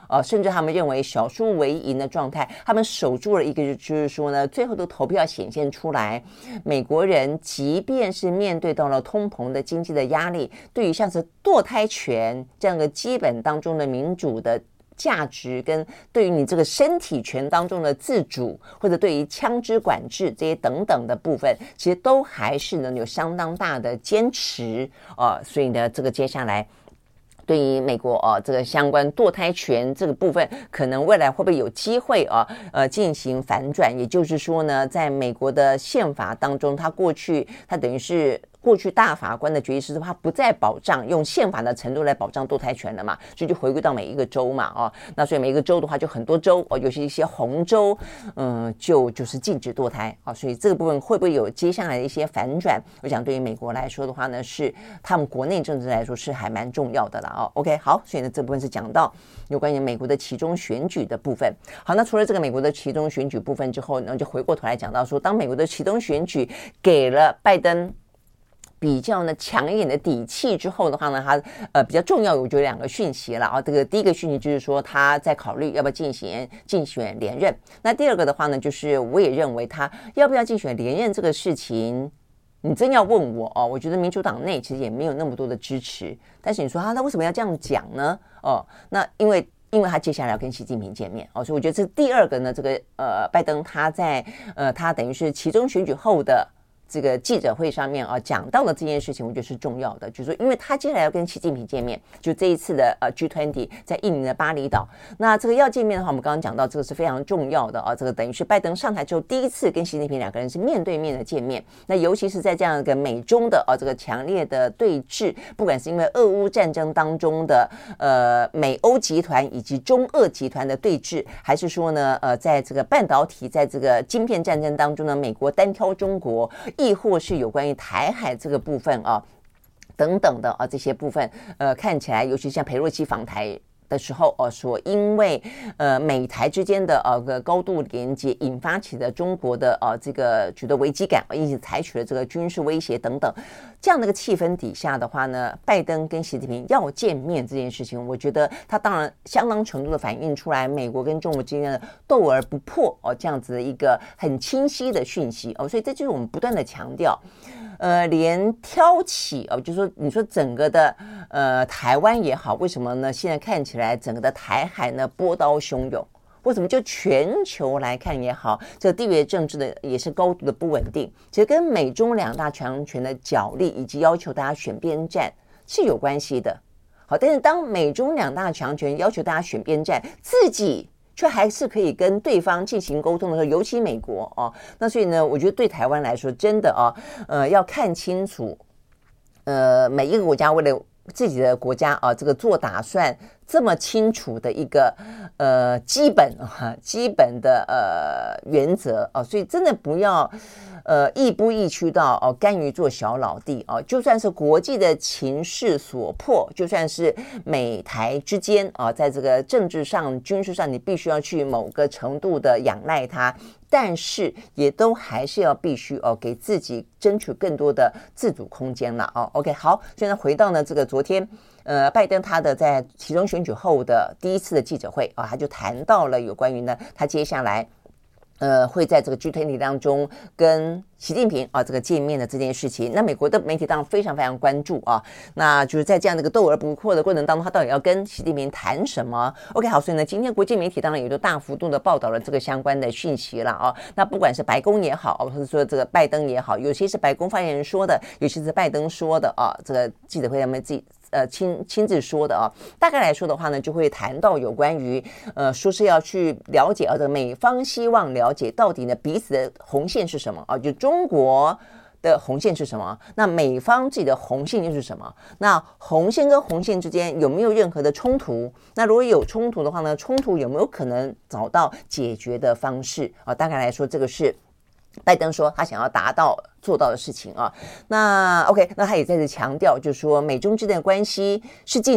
呃，甚至他们认为少数为赢的状态，他们守住了一个，就是说呢，最后的投票显现出来，美国人即便是面对到了通膨的经济的压力，对于像是堕胎权这样的基本当中的民主的价值，跟对于你这个身体权当中的自主，或者对于枪支管制这些等等的部分，其实都还是呢有相当大的坚持啊、呃，所以呢，这个接下来。对于美国啊，这个相关堕胎权这个部分，可能未来会不会有机会啊？呃，进行反转？也就是说呢，在美国的宪法当中，它过去它等于是。过去大法官的决议是说，他不再保障用宪法的程度来保障堕胎权了嘛，所以就回归到每一个州嘛，哦，那所以每一个州的话，就很多州哦，尤其一些红州，嗯，就就是禁止堕胎啊、哦，所以这个部分会不会有接下来的一些反转？我想对于美国来说的话呢，是他们国内政治来说是还蛮重要的啦，哦 ，OK， 好，所以呢这部分是讲到有关于美国的期中选举的部分。好，那除了这个美国的期中选举部分之后呢，就回过头来讲到说，当美国的期中选举给了拜登比较呢强一点的底气之后的话呢，他呃比较重要，我觉得两个讯息了啊。这个第一个讯息就是说他在考虑要不要进行竞选连任。那第二个的话呢，就是我也认为他要不要竞选连任这个事情，你真要问我哦，我觉得民主党内其实也没有那么多的支持。但是你说他那为什么要这样讲呢？哦，那因为。因为他接下来要跟习近平见面哦，所以我觉得这第二个呢，这个呃，拜登他在呃，他等于是期中选举后的。这个记者会上面啊讲到了这件事情，我觉得是重要的，就是说，因为他接下来要跟习近平见面，就这一次的呃 G 二十 在印尼的巴厘岛，那这个要见面的话，我们刚刚讲到这个是非常重要的啊，这个等于是拜登上台之后第一次跟习近平两个人是面对面的见面，那尤其是在这样一个美中的啊这个强烈的对峙，不管是因为俄乌战争当中的呃美欧集团以及中俄集团的对峙，还是说呢呃在这个半导体在这个晶片战争当中呢，美国单挑中国。亦或是有关于台海这个部分啊，等等的啊这些部分，呃，看起来尤其像裴洛西访台的时候，呃，说因为呃美台之间的呃个高度连接，引发起的中国的呃这个觉得危机感，因此采取了这个军事威胁等等这样的一个气氛底下的话呢，拜登跟习近平要见面这件事情，我觉得他当然相当程度的反映出来美国跟中国之间的斗而不破哦这样子的一个很清晰的讯息哦，所以这就是我们不断的强调。呃，连挑起哦，就是说，你说整个的呃台湾也好，为什么呢？现在看起来整个的台海呢波涛汹涌，为什么就全球来看也好，这个地缘政治的也是高度的不稳定，其实跟美中两大强权的角力以及要求大家选边站是有关系的。好，但是当美中两大强权要求大家选边站，自己却还是可以跟对方进行沟通的时候，尤其美国哦，那所以呢，我觉得对台湾来说，真的哦，呃，要看清楚，呃，每一个国家为了自己的国家啊，这个做打算这么清楚的一个呃基本啊基本的呃原则啊，所以真的不要呃亦步亦趋到哦甘于做小老弟啊，就算是国际的情势所迫，就算是美台之间啊，在这个政治上、军事上，你必须要去某个程度的仰赖它。但是也都还是要必须哦，给自己争取更多的自主空间了哦。OK， 好，现在回到呢这个昨天，呃，拜登他的在期中选举后的第一次的记者会啊、哦，他就谈到了有关于呢他接下来。呃，会在这个 G 二十 当中跟习近平啊这个见面的这件事情，那美国的媒体当然非常非常关注啊，那就是在这样的一个斗而不破的过程当中，他到底要跟习近平谈什么 ？OK， 好，所以呢，今天国际媒体当然也都大幅度的报道了这个相关的讯息了啊。那不管是白宫也好，或者说这个拜登也好，有些是白宫发言人说的，有些是拜登说的啊，这个记者会他们自己。呃，亲亲自说的啊，大概来说的话呢，就会谈到有关于呃，说是要去了解啊，这个美方希望了解到底呢彼此的红线是什么啊，就中国的红线是什么？那美方自己的红线又是什么？那红线跟红线之间有没有任何的冲突？那如果有冲突的话呢，冲突有没有可能找到解决的方式啊？大概来说，这个是拜登说他想要达到做到的事情啊。那 OK， 那他也再次强调，就是说美中之间的关系是竞争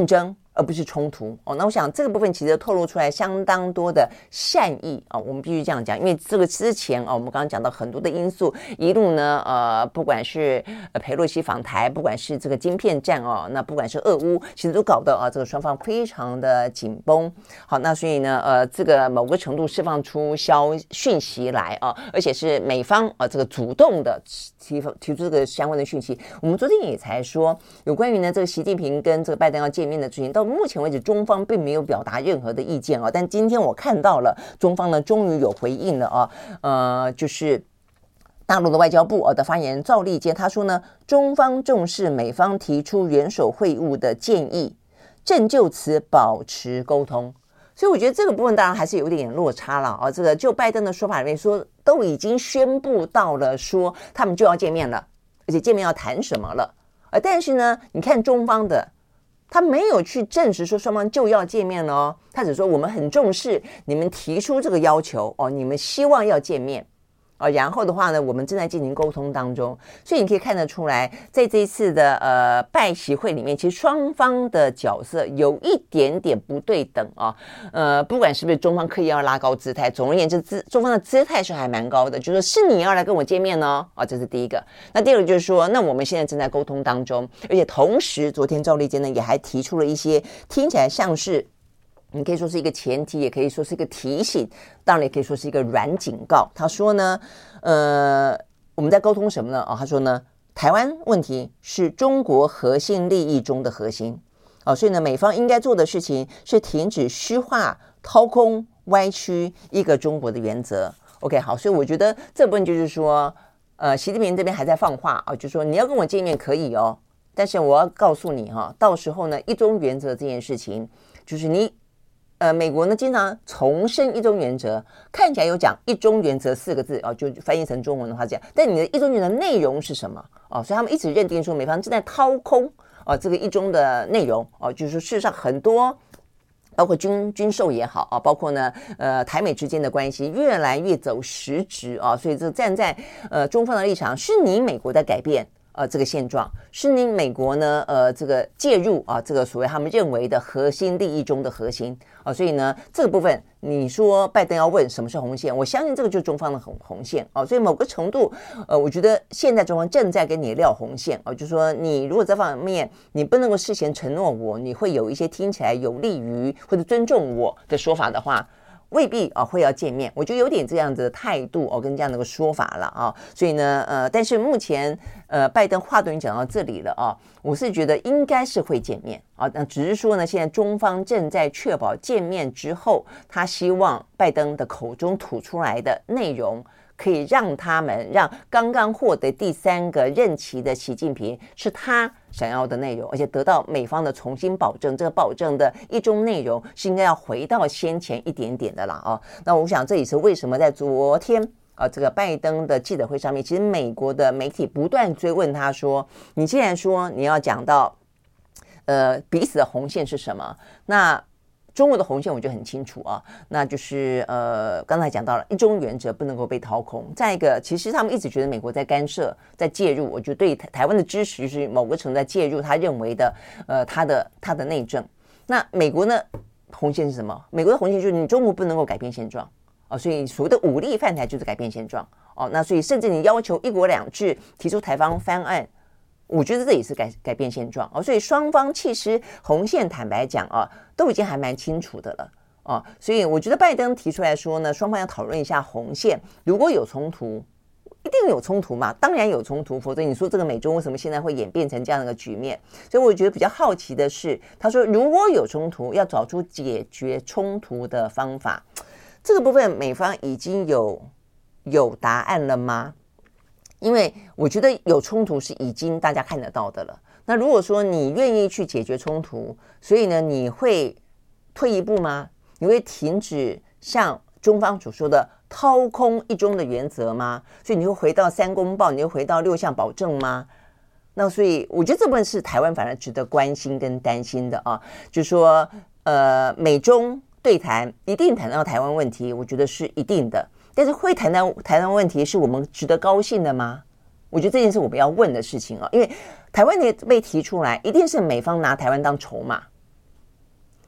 而不是冲突哦。那我想这个部分其实透露出来相当多的善意啊、哦，我们必须这样讲，因为这个之前啊、哦，我们刚刚讲到很多的因素，一路呢，呃，不管是呃裴洛西访台，不管是这个晶片战哦，那不管是俄乌，其实都搞得啊，这个双方非常的紧绷。好，那所以呢，呃，这个某个程度释放出消讯息来啊，而且是美方啊这个主动的提提出这个相关的讯息。我们昨天也才说，有关于呢这个习近平跟这个拜登要见面的事情，到目前为止中方并没有表达任何的意见啊，但今天我看到了中方呢终于有回应了啊，呃，就是大陆的外交部的发言人赵立坚他说呢，中方重视美方提出元首会晤的建议，正就此保持沟通。所以我觉得这个部分当然还是有点落差了啊。这个就拜登的说法里面说，都已经宣布到了说他们就要见面了，而且见面要谈什么了。呃，但是呢，你看中方的，他没有去证实说双方就要见面了哦，他只说我们很重视你们提出这个要求哦，你们希望要见面。啊，然后的话呢，我们正在进行沟通当中，所以你可以看得出来，在这一次的呃拜习会里面，其实双方的角色有一点点不对等啊。呃，不管是不是中方刻意要拉高姿态，总而言之，姿中方的姿态是还蛮高的，就是说是你要来跟我见面呢，啊，这是第一个。那第二个就是说，那我们现在正在沟通当中，而且同时，昨天赵立坚呢也还提出了一些听起来像是。你可以说是一个前提，也可以说是一个提醒，当然也可以说是一个软警告。他说呢，呃，我们在沟通什么呢？哦，他说呢，台湾问题是中国核心利益中的核心。哦，所以呢，美方应该做的事情是停止虚化、掏空、歪曲一个中国的原则。OK， 好，所以我觉得这部分就是说，呃，习近平这边还在放话啊，就说你要跟我见面可以哦，但是我要告诉你哈，到时候呢，一中原则这件事情，就是你。呃，美国呢经常重申一中原则，看起来有讲一中原则四个字哦，就翻译成中文的话这样。但你的一中原则内容是什么哦？所以他们一直认定说美方正在掏空哦这个一中的内容哦，就是说事实上很多包括军军售也好啊，包括呢呃台美之间的关系越来越走实质啊，所以这站在呃中方的立场，是你美国在改变。呃，这个现状是你美国呢，呃，这个介入啊，这个所谓他们认为的核心利益中的核心啊，所以呢，这个部分你说拜登要问什么是红线，我相信这个就是中方的红红线啊，所以某个程度，呃，我觉得现在中方正在给你撂红线啊，就是说你如果这方面你不能够事先承诺我，你会有一些听起来有利于或者尊重我的说法的话。未必啊会要见面，我觉得有点这样子的态度哦，跟这样的一个说法了啊，所以呢，呃，但是目前呃拜登话都已经讲到这里了啊，我是觉得应该是会见面啊，那只是说呢，现在中方正在确保见面之后，他希望拜登的口中吐出来的内容。可以让他们让刚刚获得第三个任期的习近平是他想要的内容，而且得到美方的重新保证，这个保证的一中内容是应该要回到先前一点点的啦啊。那我想这也是为什么在昨天啊这个拜登的记者会上面，其实美国的媒体不断追问他说，你既然说你要讲到呃彼此的红线是什么，那中国的红线我觉得很清楚啊，那就是呃，刚才讲到了一中原则不能够被掏空。再一个，其实他们一直觉得美国在干涉、在介入，我觉得对台台湾的支持就是某个程度在介入他认为的呃他的他的内政。那美国呢，红线是什么？美国的红线就是你中国不能够改变现状哦，所以所谓的武力犯台就是改变现状哦。那所以甚至你要求一国两制，提出台方方案。我觉得这也是 改, 改变现状哦，所以双方其实红线坦白讲啊，都已经还蛮清楚的了哦，所以我觉得拜登提出来说呢，双方要讨论一下红线，如果有冲突，一定有冲突嘛，当然有冲突，否则你说这个美中为什么现在会演变成这样的一个局面？所以我觉得比较好奇的是，他说如果有冲突，要找出解决冲突的方法，这个部分美方已经有有答案了吗？因为我觉得有冲突是已经大家看得到的了。那如果说你愿意去解决冲突，所以呢，你会退一步吗？你会停止像中方所说的掏空一中的原则吗？所以你会回到三公报，你会回到六项保证吗？那所以我觉得这部分是台湾反而值得关心跟担心的啊，就是说呃，美中对谈一定谈到台湾问题，我觉得是一定的。但是会谈到台湾问题是我们值得高兴的吗？我觉得这件事我们要问的事情啊，因为台湾也被提出来，一定是美方拿台湾当筹码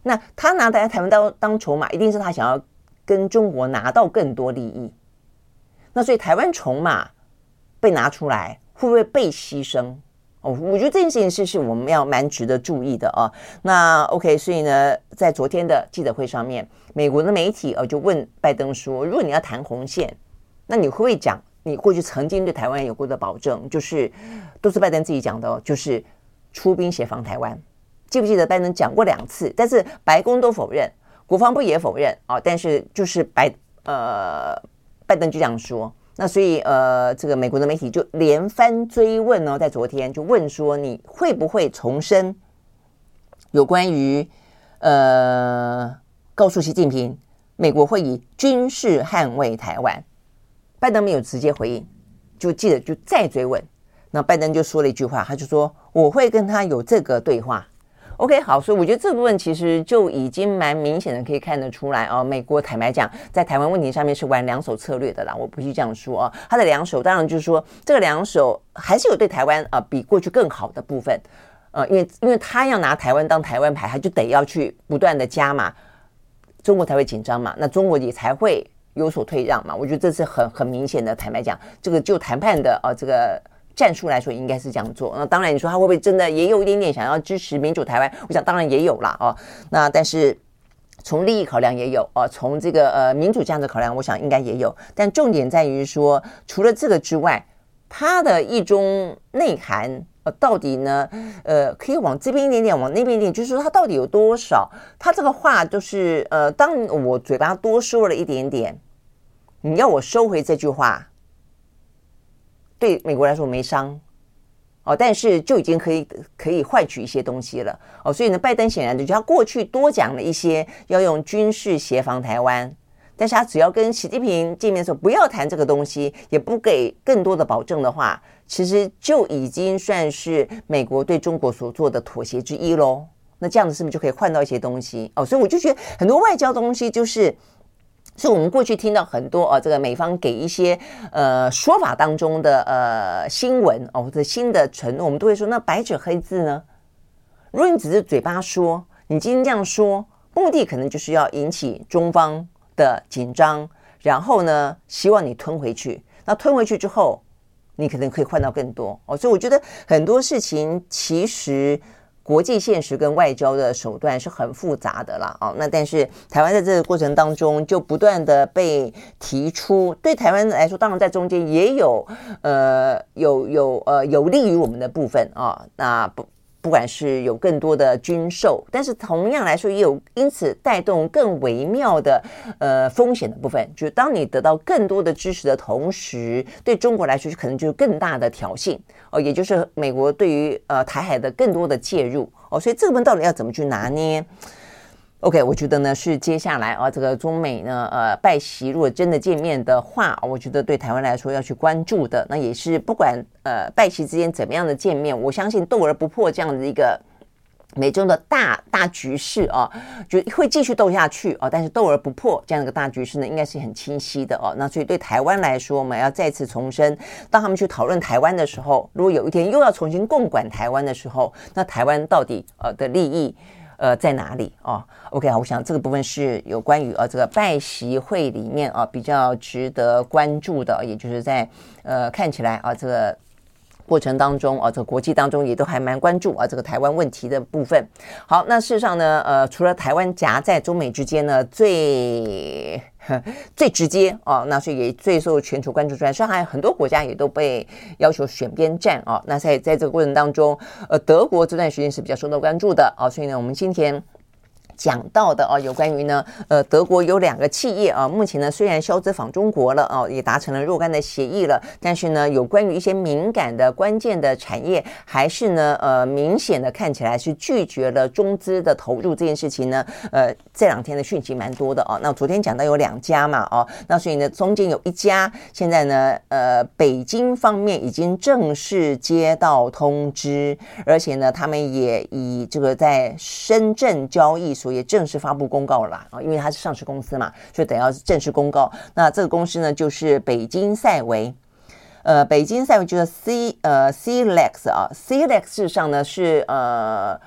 那他拿台湾当当筹码，一定是他想要跟中国拿到更多利益。那所以台湾筹码被拿出来，会不会被牺牲？哦，我觉得这件事情是是我们要蛮值得注意的啊。那 OK， 所以呢，在昨天的记者会上面，美国的媒体呃就问拜登说，如果你要谈红线，那你会不会讲你过去曾经对台湾有过的保证，就是都是拜登自己讲的哦，就是出兵协防台湾。记不记得拜登讲过两次，但是白宫都否认，国防部也否认啊，但是就是白呃拜登就这样说。那所以呃，这个美国的媒体就连番追问哦，在昨天就问说，你会不会重申有关于呃告诉习近平，美国会以军事捍卫台湾？拜登没有直接回应，就记得就再追问。那拜登就说了一句话，他就说我会跟他有这个对话。OK， 好，所以我觉得这部分其实就已经蛮明显的可以看得出来哦。美国坦白讲，在台湾问题上面是玩两手策略的啦，我不是这样说啊。他的两手当然就是说，这个两手还是有对台湾啊、呃、比过去更好的部分，呃，因为因为他要拿台湾当台湾牌，他就得要去不断的加码，中国才会紧张嘛，那中国也才会有所退让嘛。我觉得这是很很明显的，坦白讲，这个就谈判的呃这个。战术来说应该是这样做，那当然你说他会不会真的也有一点点想要支持民主台湾，我想当然也有啦哦。那但是从利益考量也有哦，从这个呃民主价值考量我想应该也有，但重点在于说除了这个之外，它的一中内涵呃到底呢呃可以往这边一点点往那边一点，就是说它到底有多少，它这个话就是呃当我嘴巴多说了一点点，你要我收回这句话，对美国来说没伤哦，但是就已经可以可以换取一些东西了哦，所以呢，拜登显然就他过去多讲了一些要用军事协防台湾，但是他只要跟习近平见面的时候不要谈这个东西，也不给更多的保证的话，其实就已经算是美国对中国所做的妥协之一咯。那这样子是不是就可以换到一些东西哦？所以我就觉得很多外交东西就是。所以我们过去听到很多呃、哦，这个美方给一些呃说法当中的呃新闻哦，或者新的承诺，我们都会说那白纸黑字呢？如果你只是嘴巴说，你今天这样说，目的可能就是要引起中方的紧张，然后呢，希望你吞回去。那吞回去之后，你可能可以换到更多哦。所以我觉得很多事情其实。国际现实跟外交的手段是很复杂的啦，哦，那但是台湾在这个过程当中就不断的被提出，对台湾来说，当然在中间也有呃有有呃有利于我们的部分啊、哦，那不。不管是有更多的军售，但是同样来说也有因此带动更微妙的呃风险的部分，就是当你得到更多的支持的同时，对中国来说可能就是更大的挑衅哦，也就是美国对于呃台海的更多的介入哦，所以这个部分到底要怎么去拿捏？OK， 我觉得呢是接下来啊，这个中美呢呃拜习如果真的见面的话，我觉得对台湾来说要去关注的，那也是不管呃拜习之间怎么样的见面，我相信斗而不破这样的一个美中的大大局势啊，就会继续斗下去啊，但是斗而不破这样的一个大局势呢，应该是很清晰的哦。那所以对台湾来说，我们要再次重申，当他们去讨论台湾的时候，如果有一天又要重新共管台湾的时候，那台湾到底呃的利益？呃，在哪里哦 ？OK 啊，我想这个部分是有关于呃这个拜习会里面啊比较值得关注的，也就是在呃看起来啊这个过程当中啊，这个国际当中也都还蛮关注啊这个台湾问题的部分。好，那事实上呢，呃，除了台湾夹在中美之间呢，最最直接啊，那所以也最受全球关注之外，上海很多国家也都被要求选边站啊。那在在这个过程当中，呃，德国这段时间是比较受到关注的啊，所以呢，我们今天。讲到的啊，有关于呢，呃，德国有两个企业啊，目前呢虽然消资访中国了啊，也达成了若干的协议了，但是呢，有关于一些敏感的关键的产业，还是呢，呃，明显的看起来是拒绝了中资的投入这件事情呢，呃，这两天的讯息蛮多的啊。那昨天讲到有两家嘛，哦，那所以呢，中间有一家现在呢，呃，北京方面已经正式接到通知，而且呢，他们也以这个在深圳交易所也正式发布公告了啦，因为它是上市公司嘛，所以等要正式公告。那这个公司呢，就是北京赛维。呃，北京赛维就是 C 呃 C L E X 啊 ，C L E X 事实上呢是呃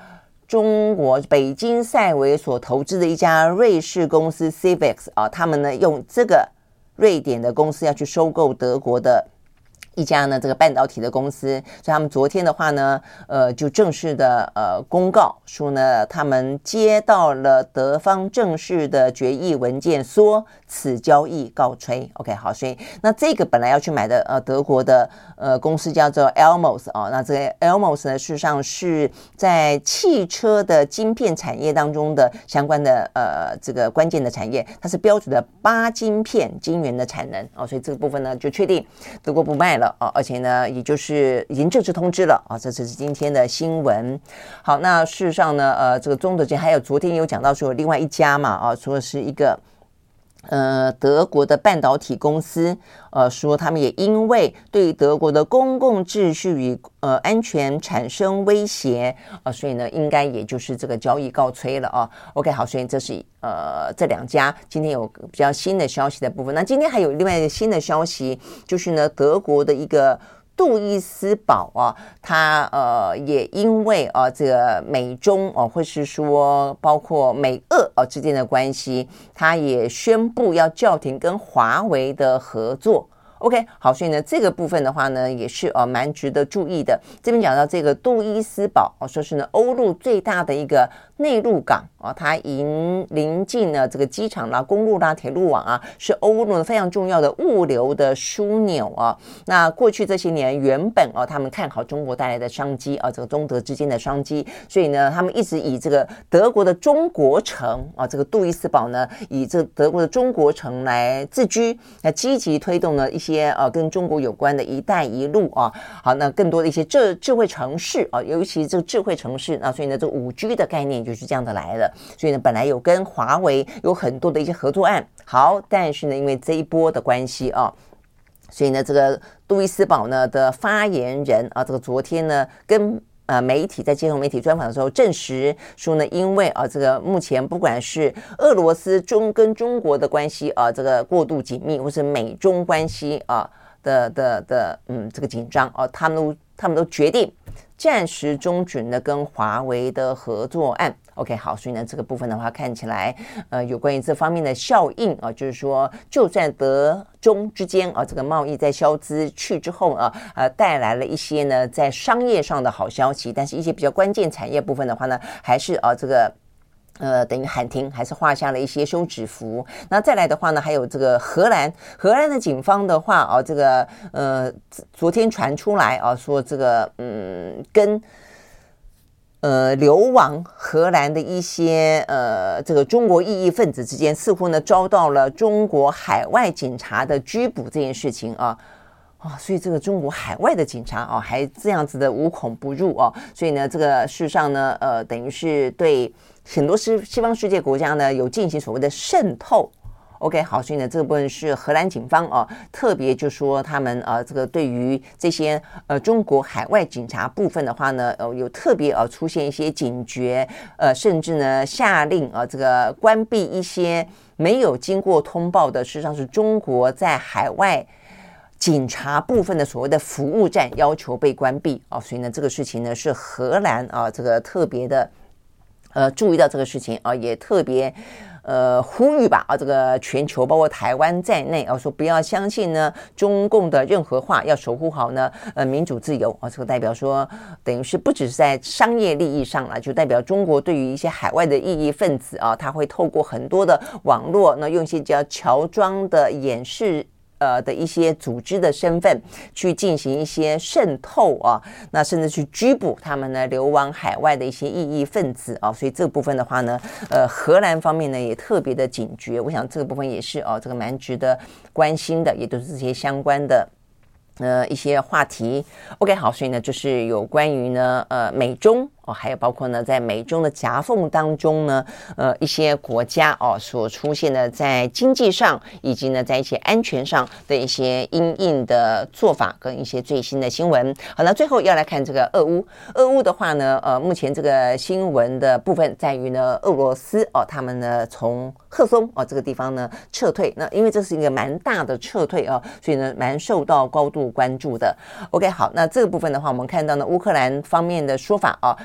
中国北京赛维所投资的一家瑞士公司 Civex 啊，他们呢用这个瑞典的公司要去收购德国的一家呢这个半导体的公司，所以他们昨天的话呢，呃，就正式的呃公告说呢，他们接到了德方正式的决议文件，说此交易告吹。OK， 好，所以那这个本来要去买的呃德国的呃公司叫做 Elmos 啊、哦，那这个 Elmos 呢，事实上是在汽车的晶片产业当中的相关的呃这个关键的产业，它是标准的八晶片晶圆的产能哦，所以这个部分呢就确定德国不卖了。啊、而且呢，也就是已经正式通知了啊，这是今天的新闻。好，那事实上呢，呃，这个中德间还有昨天有讲到说有另外一家嘛，啊，说是一个。呃，德国的半导体公司，呃，说他们也因为对德国的公共秩序与呃安全产生威胁啊、呃，所以呢，应该也就是这个交易告吹了啊。OK， 好，所以这是呃这两家今天有比较新的消息的部分。那今天还有另外一个新的消息，就是呢，德国的一个。杜伊斯堡啊，它呃也因为啊这个美中啊，或是说包括美俄啊之间的关系，它也宣布要叫停跟华为的合作。OK， 好，所以呢，这个部分的话呢，也是呃蛮值得注意的。这边讲到这个杜伊斯堡哦，说是呢欧陆最大的一个内陆港啊，它临临近呢这个机场啦、公路啦、铁路网啊，是欧陆非常重要的物流的枢纽啊。那过去这些年，原本啊他们看好中国带来的商机啊，这个中德之间的商机，所以呢，他们一直以这个德国的中国城啊，这个杜伊斯堡呢，以这个德国的中国城来自居，来积极推动呢一些。些呃跟中国有关的一带一路啊，好，那更多的一些智智慧城市啊，尤其这个智慧城市啊，所以呢，这个五 G 的概念就是这样的来了。所以呢，本来有跟华为有很多的一些合作案，好，但是呢，因为这一波的关系啊，所以呢，这个杜伊斯堡呢的发言人啊，这个昨天呢跟。呃，媒体在接受媒体专访的时候证实说呢，因为啊，这个目前不管是俄罗斯中跟中国的关系啊，这个过度紧密，或是美中关系啊的的的嗯这个紧张啊，他们都他们都决定暂时终止呢跟华为的合作案。OK， 好，所以呢，这个部分的话，看起来，呃，有关于这方面的效应啊，就是说，就算德中之间啊，这个贸易在消资去之后啊，呃，带来了一些呢在商业上的好消息，但是一些比较关键产业部分的话呢，还是啊这个。呃，等于喊停，还是画下了一些休止符。那再来的话呢，还有这个荷兰，荷兰的警方的话啊，这个呃，昨天传出来啊，说这个嗯，跟呃流亡荷兰的一些呃这个中国异议分子之间，似乎呢遭到了中国海外警察的拘捕这件事情啊。啊，所以这个中国海外的警察啊，还这样子的无孔不入啊，所以呢，这个事实上呢，呃，等于是对很多西西方世界国家呢有进行所谓的渗透。OK， 好，所以呢，这个部分是荷兰警方啊，特别就说他们啊，这个对于这些呃中国海外警察部分的话呢，呃，有特别啊出现一些警觉，呃，甚至呢下令啊，这个关闭一些没有经过通报的，事实上是中国在海外。警察部分的所谓的服务站要求被关闭啊，所以呢，这个事情呢是荷兰啊，这个特别的呃注意到这个事情啊，也特别呃呼吁吧啊，这个全球包括台湾在内啊，说不要相信呢中共的任何话，要守护好呢呃民主自由啊，这个代表说等于是不只是在商业利益上了，就代表中国对于一些海外的异议分子啊，他会透过很多的网络，那用一些叫乔装的掩饰。呃的一些组织的身份去进行一些渗透啊，那甚至去拘捕他们呢流亡海外的一些异议分子啊，所以这个部分的话呢，呃，荷兰方面呢也特别的警觉，我想这个部分也是哦、啊，这个蛮值得关心的，也都是这些相关的。呃，一些话题 ，OK， 好，所以呢，就是有关于呢，呃，美中哦，还有包括呢，在美中的夹缝当中呢，呃，一些国家哦所出现的在经济上以及呢，在一些安全上的一些因应的做法跟一些最新的新闻。好，那最后要来看这个俄乌，俄乌的话呢，呃，目前这个新闻的部分在于呢，俄罗斯哦，他们呢从赫松哦这个地方呢撤退，那因为这是一个蛮大的撤退啊，所以呢，蛮受到高度关注的。OK， 好，那这个部分的话，我们看到呢，乌克兰方面的说法啊，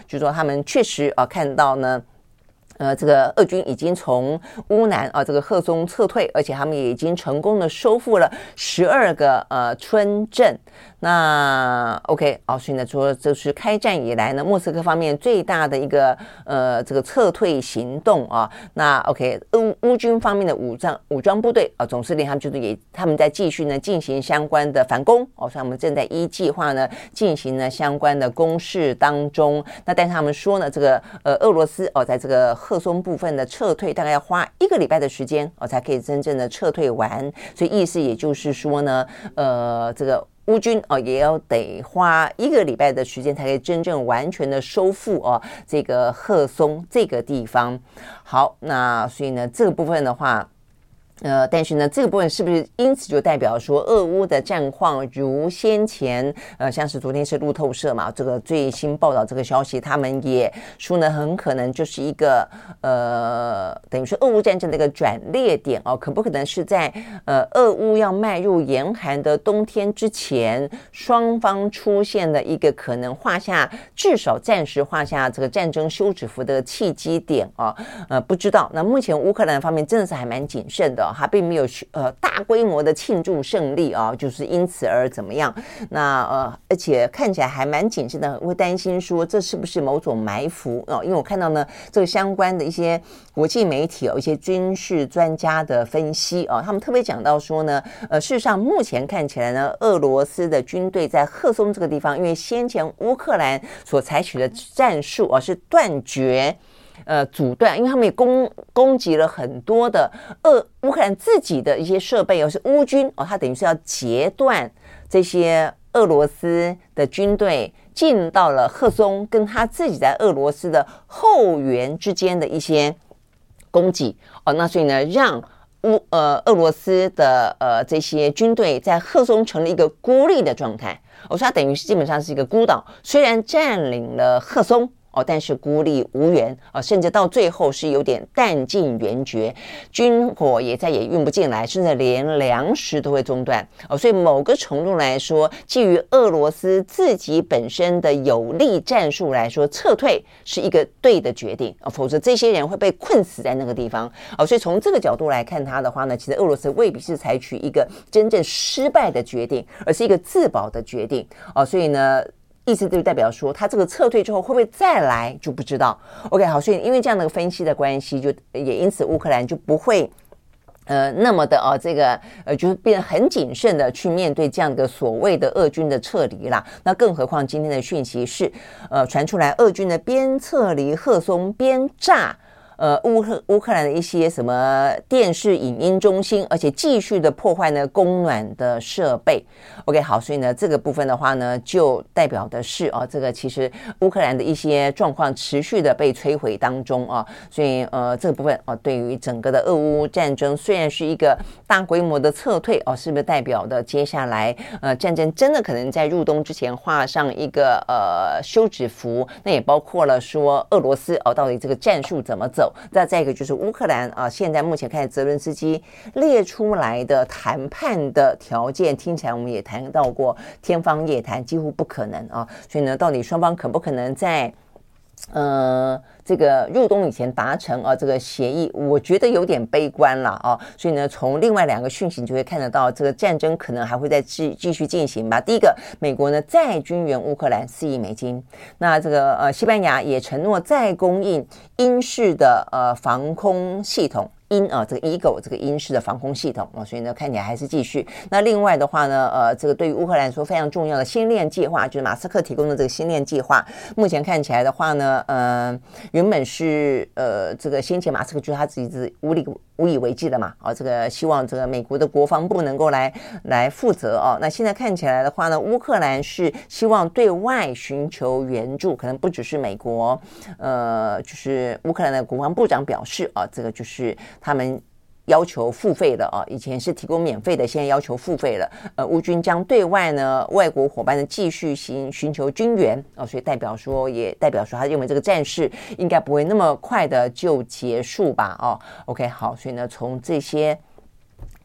就是说他们确实啊看到呢。呃，这个俄军已经从乌南啊这个赫松撤退，而且他们也已经成功的收复了十二个呃村镇。那 OK 哦，所以呢说这是开战以来呢莫斯科方面最大的一个呃这个撤退行动啊。那 OK 乌乌军方面的武装武装部队啊总司令他们就是也他们在继续呢进行相关的反攻哦，所以他们正在依计划呢进行呢相关的攻势当中。那但是他们说呢这个呃俄罗斯哦在这个赫松部分的撤退大概要花一个礼拜的时间哦才可以真正的撤退完，所以意思也就是说呢呃这个乌军哦也要得花一个礼拜的时间才可以真正完全的收复哦这个赫松这个地方。好，那所以呢这个部分的话呃，但是呢，这个部分是不是因此就代表说，俄乌的战况如先前呃，像是昨天是路透社嘛，这个最新报道这个消息，他们也说呢，很可能就是一个呃，等于说俄乌战争的一个转捩点哦，可不可能是在呃，俄乌要迈入严寒的冬天之前，双方出现了一个可能画下至少暂时画下这个战争休止符的契机点啊？呃，不知道。那目前乌克兰方面真的是还蛮谨慎的。他并没有呃大规模的庆祝胜利啊，就是因此而怎么样？那呃，而且看起来还蛮谨慎的，会担心说这是不是某种埋伏啊？因为我看到呢，这个相关的一些国际媒体有、哦、一些军事专家的分析啊，他们特别讲到说呢，呃，事实上目前看起来呢，俄罗斯的军队在赫松这个地方，因为先前乌克兰所采取的战术啊是断绝。呃，阻断，因为他们也攻攻击了很多的俄乌克兰自己的一些设备，又是乌军哦，他等于是要截断这些俄罗斯的军队进到了赫松，跟他自己在俄罗斯的后援之间的一些攻击哦，那所以呢，让乌呃俄罗斯的呃这些军队在赫松成了一个孤立的状态，哦，所以它等于是基本上是一个孤岛，虽然占领了赫松。哦，但是孤立无援啊，甚至到最后是有点弹尽援绝，军火也再也运不进来，甚至连粮食都会中断哦。所以某个程度来说，基于俄罗斯自己本身的有利战术来说，撤退是一个对的决定啊，否则这些人会被困死在那个地方哦。所以从这个角度来看它的话呢，其实俄罗斯未必是采取一个真正失败的决定，而是一个自保的决定哦。所以呢。意思就代表说，他这个撤退之后会不会再来就不知道。OK， 好，所以因为这样的分析的关系，就也因此乌克兰就不会呃那么的啊、哦，这个呃就是变得很谨慎的去面对这样的所谓的俄军的撤离啦。那更何况今天的讯息是，呃传出来俄军的边撤离赫松边炸。呃，乌克乌克兰的一些什么电视影音中心，而且继续的破坏呢供暖的设备。OK， 好，所以呢这个部分的话呢，就代表的是哦，这个其实乌克兰的一些状况持续的被摧毁当中啊，所以呃这个部分哦，对于整个的俄乌战争，虽然是一个大规模的撤退哦，是不是代表的接下来呃战争真的可能在入冬之前画上一个呃休止符？那也包括了说俄罗斯哦，到底这个战术怎么走？那再一个就是乌克兰啊，现在目前看泽伦斯基列出来的谈判的条件，听起来我们也谈到过天方夜谭，几乎不可能啊。所以呢，到底双方可不可能在呃这个入冬以前达成啊这个协议，我觉得有点悲观了啊。所以呢，从另外两个讯息你就会看得到，这个战争可能还会再继继续进行吧。第一个，美国呢再军援乌克兰四亿美金，那这个呃西班牙也承诺再供应英式的呃防空系统。鹰啊，这个 Eagle 这个鹰式的防空系统啊，所以呢，看起来还是继续。那另外的话呢，呃，这个对于乌克兰来说非常重要的星链计划，就是马斯克提供的这个星链计划，目前看起来的话呢，呃，原本是呃，这个先前马斯克就是他自己是无力无以为继的嘛，啊，这个希望这个美国的国防部能够来来负责哦。那现在看起来的话呢，乌克兰是希望对外寻求援助，可能不只是美国，呃，就是乌克兰的国防部长表示啊，这个就是他们要求付费的啊，以前是提供免费的，现在要求付费了。呃，乌军将对外呢外国伙伴呢继续寻寻求军援哦，所以代表说也代表说他认为这个战事应该不会那么快的就结束吧哦。OK， 好，所以呢从这些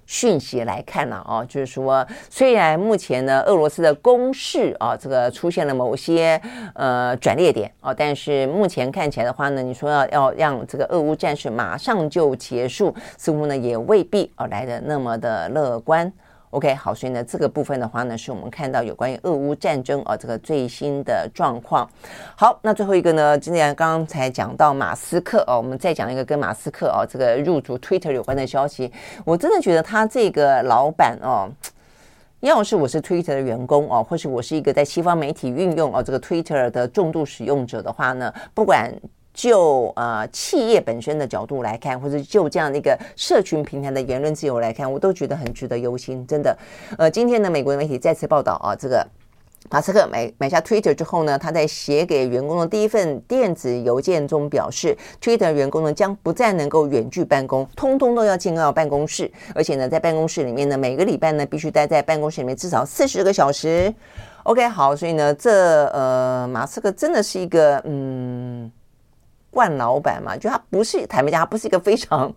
讯息来看了啊，就是说，虽然目前呢，俄罗斯的攻势啊，这个出现了某些呃转捩点啊，但是目前看起来的话呢，你说要要让这个俄乌战事马上就结束，似乎呢也未必啊来的那么的乐观。OK， 好，所以呢，这个部分的话呢，是我们看到有关于俄乌战争啊这个最新的状况。好，那最后一个呢，今天刚才讲到马斯克哦，我们再讲一个跟马斯克哦这个入主 Twitter 有关的消息。我真的觉得他这个老板哦，要是我是 Twitter 的员工哦，或是我是一个在西方媒体运用哦这个 Twitter 的重度使用者的话呢，不管就呃企业本身的角度来看，或者就这样的一个社群平台的言论自由来看，我都觉得很值得忧心，真的。呃，今天呢，美国的媒体再次报道啊，这个马斯克买买下 Twitter 之后呢，他在写给员工的第一份电子邮件中表示 ，Twitter 员工呢将不再能够远距办公，通通都要进到办公室，而且呢，在办公室里面呢，每个礼拜呢必须待在办公室里面至少四十个小时。OK， 好，所以呢，这呃马斯克真的是一个嗯。惯老板嘛，就他不是坦白讲，他不是一个非常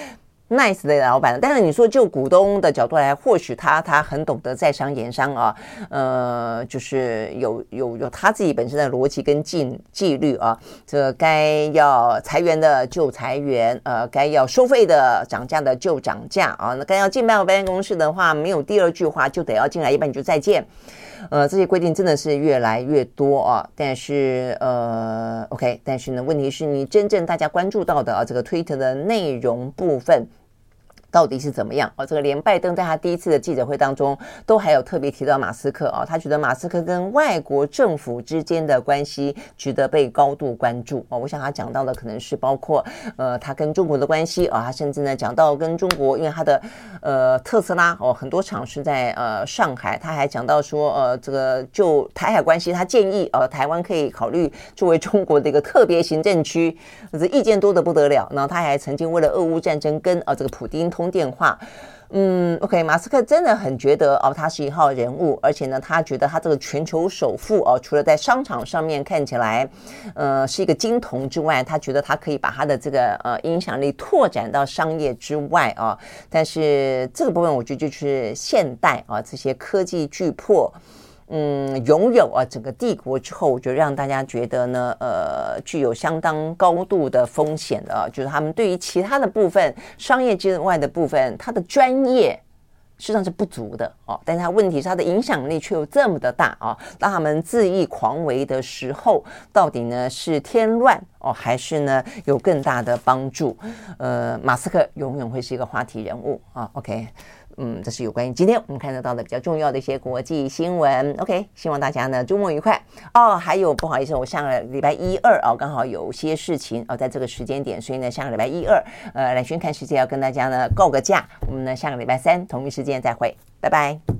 nice 的老板，但是你说就股东的角度来，或许他他很懂得在商言商啊，呃，就是有有有他自己本身的逻辑跟纪纪律啊，这该要裁员的就裁员，呃，该要收费的涨价的就涨价啊，那该要进办公室的话，没有第二句话就得要进来，一般你就再见。呃，这些规定真的是越来越多啊，但是呃 ，OK， 但是呢，问题是你真正大家关注到的啊，这个 Twitter 的内容部分到底是怎么样？哦，这个连拜登在他第一次的记者会当中都还有特别提到马斯克啊，他觉得马斯克跟外国政府之间的关系值得被高度关注哦。我想他讲到的可能是包括呃他跟中国的关系啊，他甚至呢讲到跟中国，因为他的呃特斯拉哦很多厂是在呃上海，他还讲到说呃这个就台海关系，他建议呃台湾可以考虑作为中国的一个特别行政区，这意见多得不得了。然后他还曾经为了俄乌战争跟呃这个普丁通电话，嗯 ，OK， 马斯克真的很觉得哦，他是一号人物，而且呢，他觉得他这个全球首富哦，除了在商场上面看起来，呃，是一个金童之外，他觉得他可以把他的这个呃影响力拓展到商业之外啊。但是这个部分，我觉得就是现代啊这些科技巨擘。嗯，拥有啊整个帝国之后，我觉得让大家觉得呢，呃，具有相当高度的风险的啊，就是他们对于其他的部分、商业之外的部分，他的专业实际上是不足的哦。但是他问题是他的影响力却又这么的大啊，当他们恣意狂为的时候，到底呢是添乱哦，还是呢有更大的帮助？呃，马斯克永远会是一个话题人物啊。OK。嗯，这是有关于今天我们看得到的比较重要的一些国际新闻。OK， 希望大家呢周末愉快哦。还有不好意思，我下个礼拜一二哦，刚好有些事情哦，在这个时间点，所以呢下个礼拜一二，呃，来轩看世界要跟大家呢告个假。我们呢下个礼拜三同一时间再会，拜拜。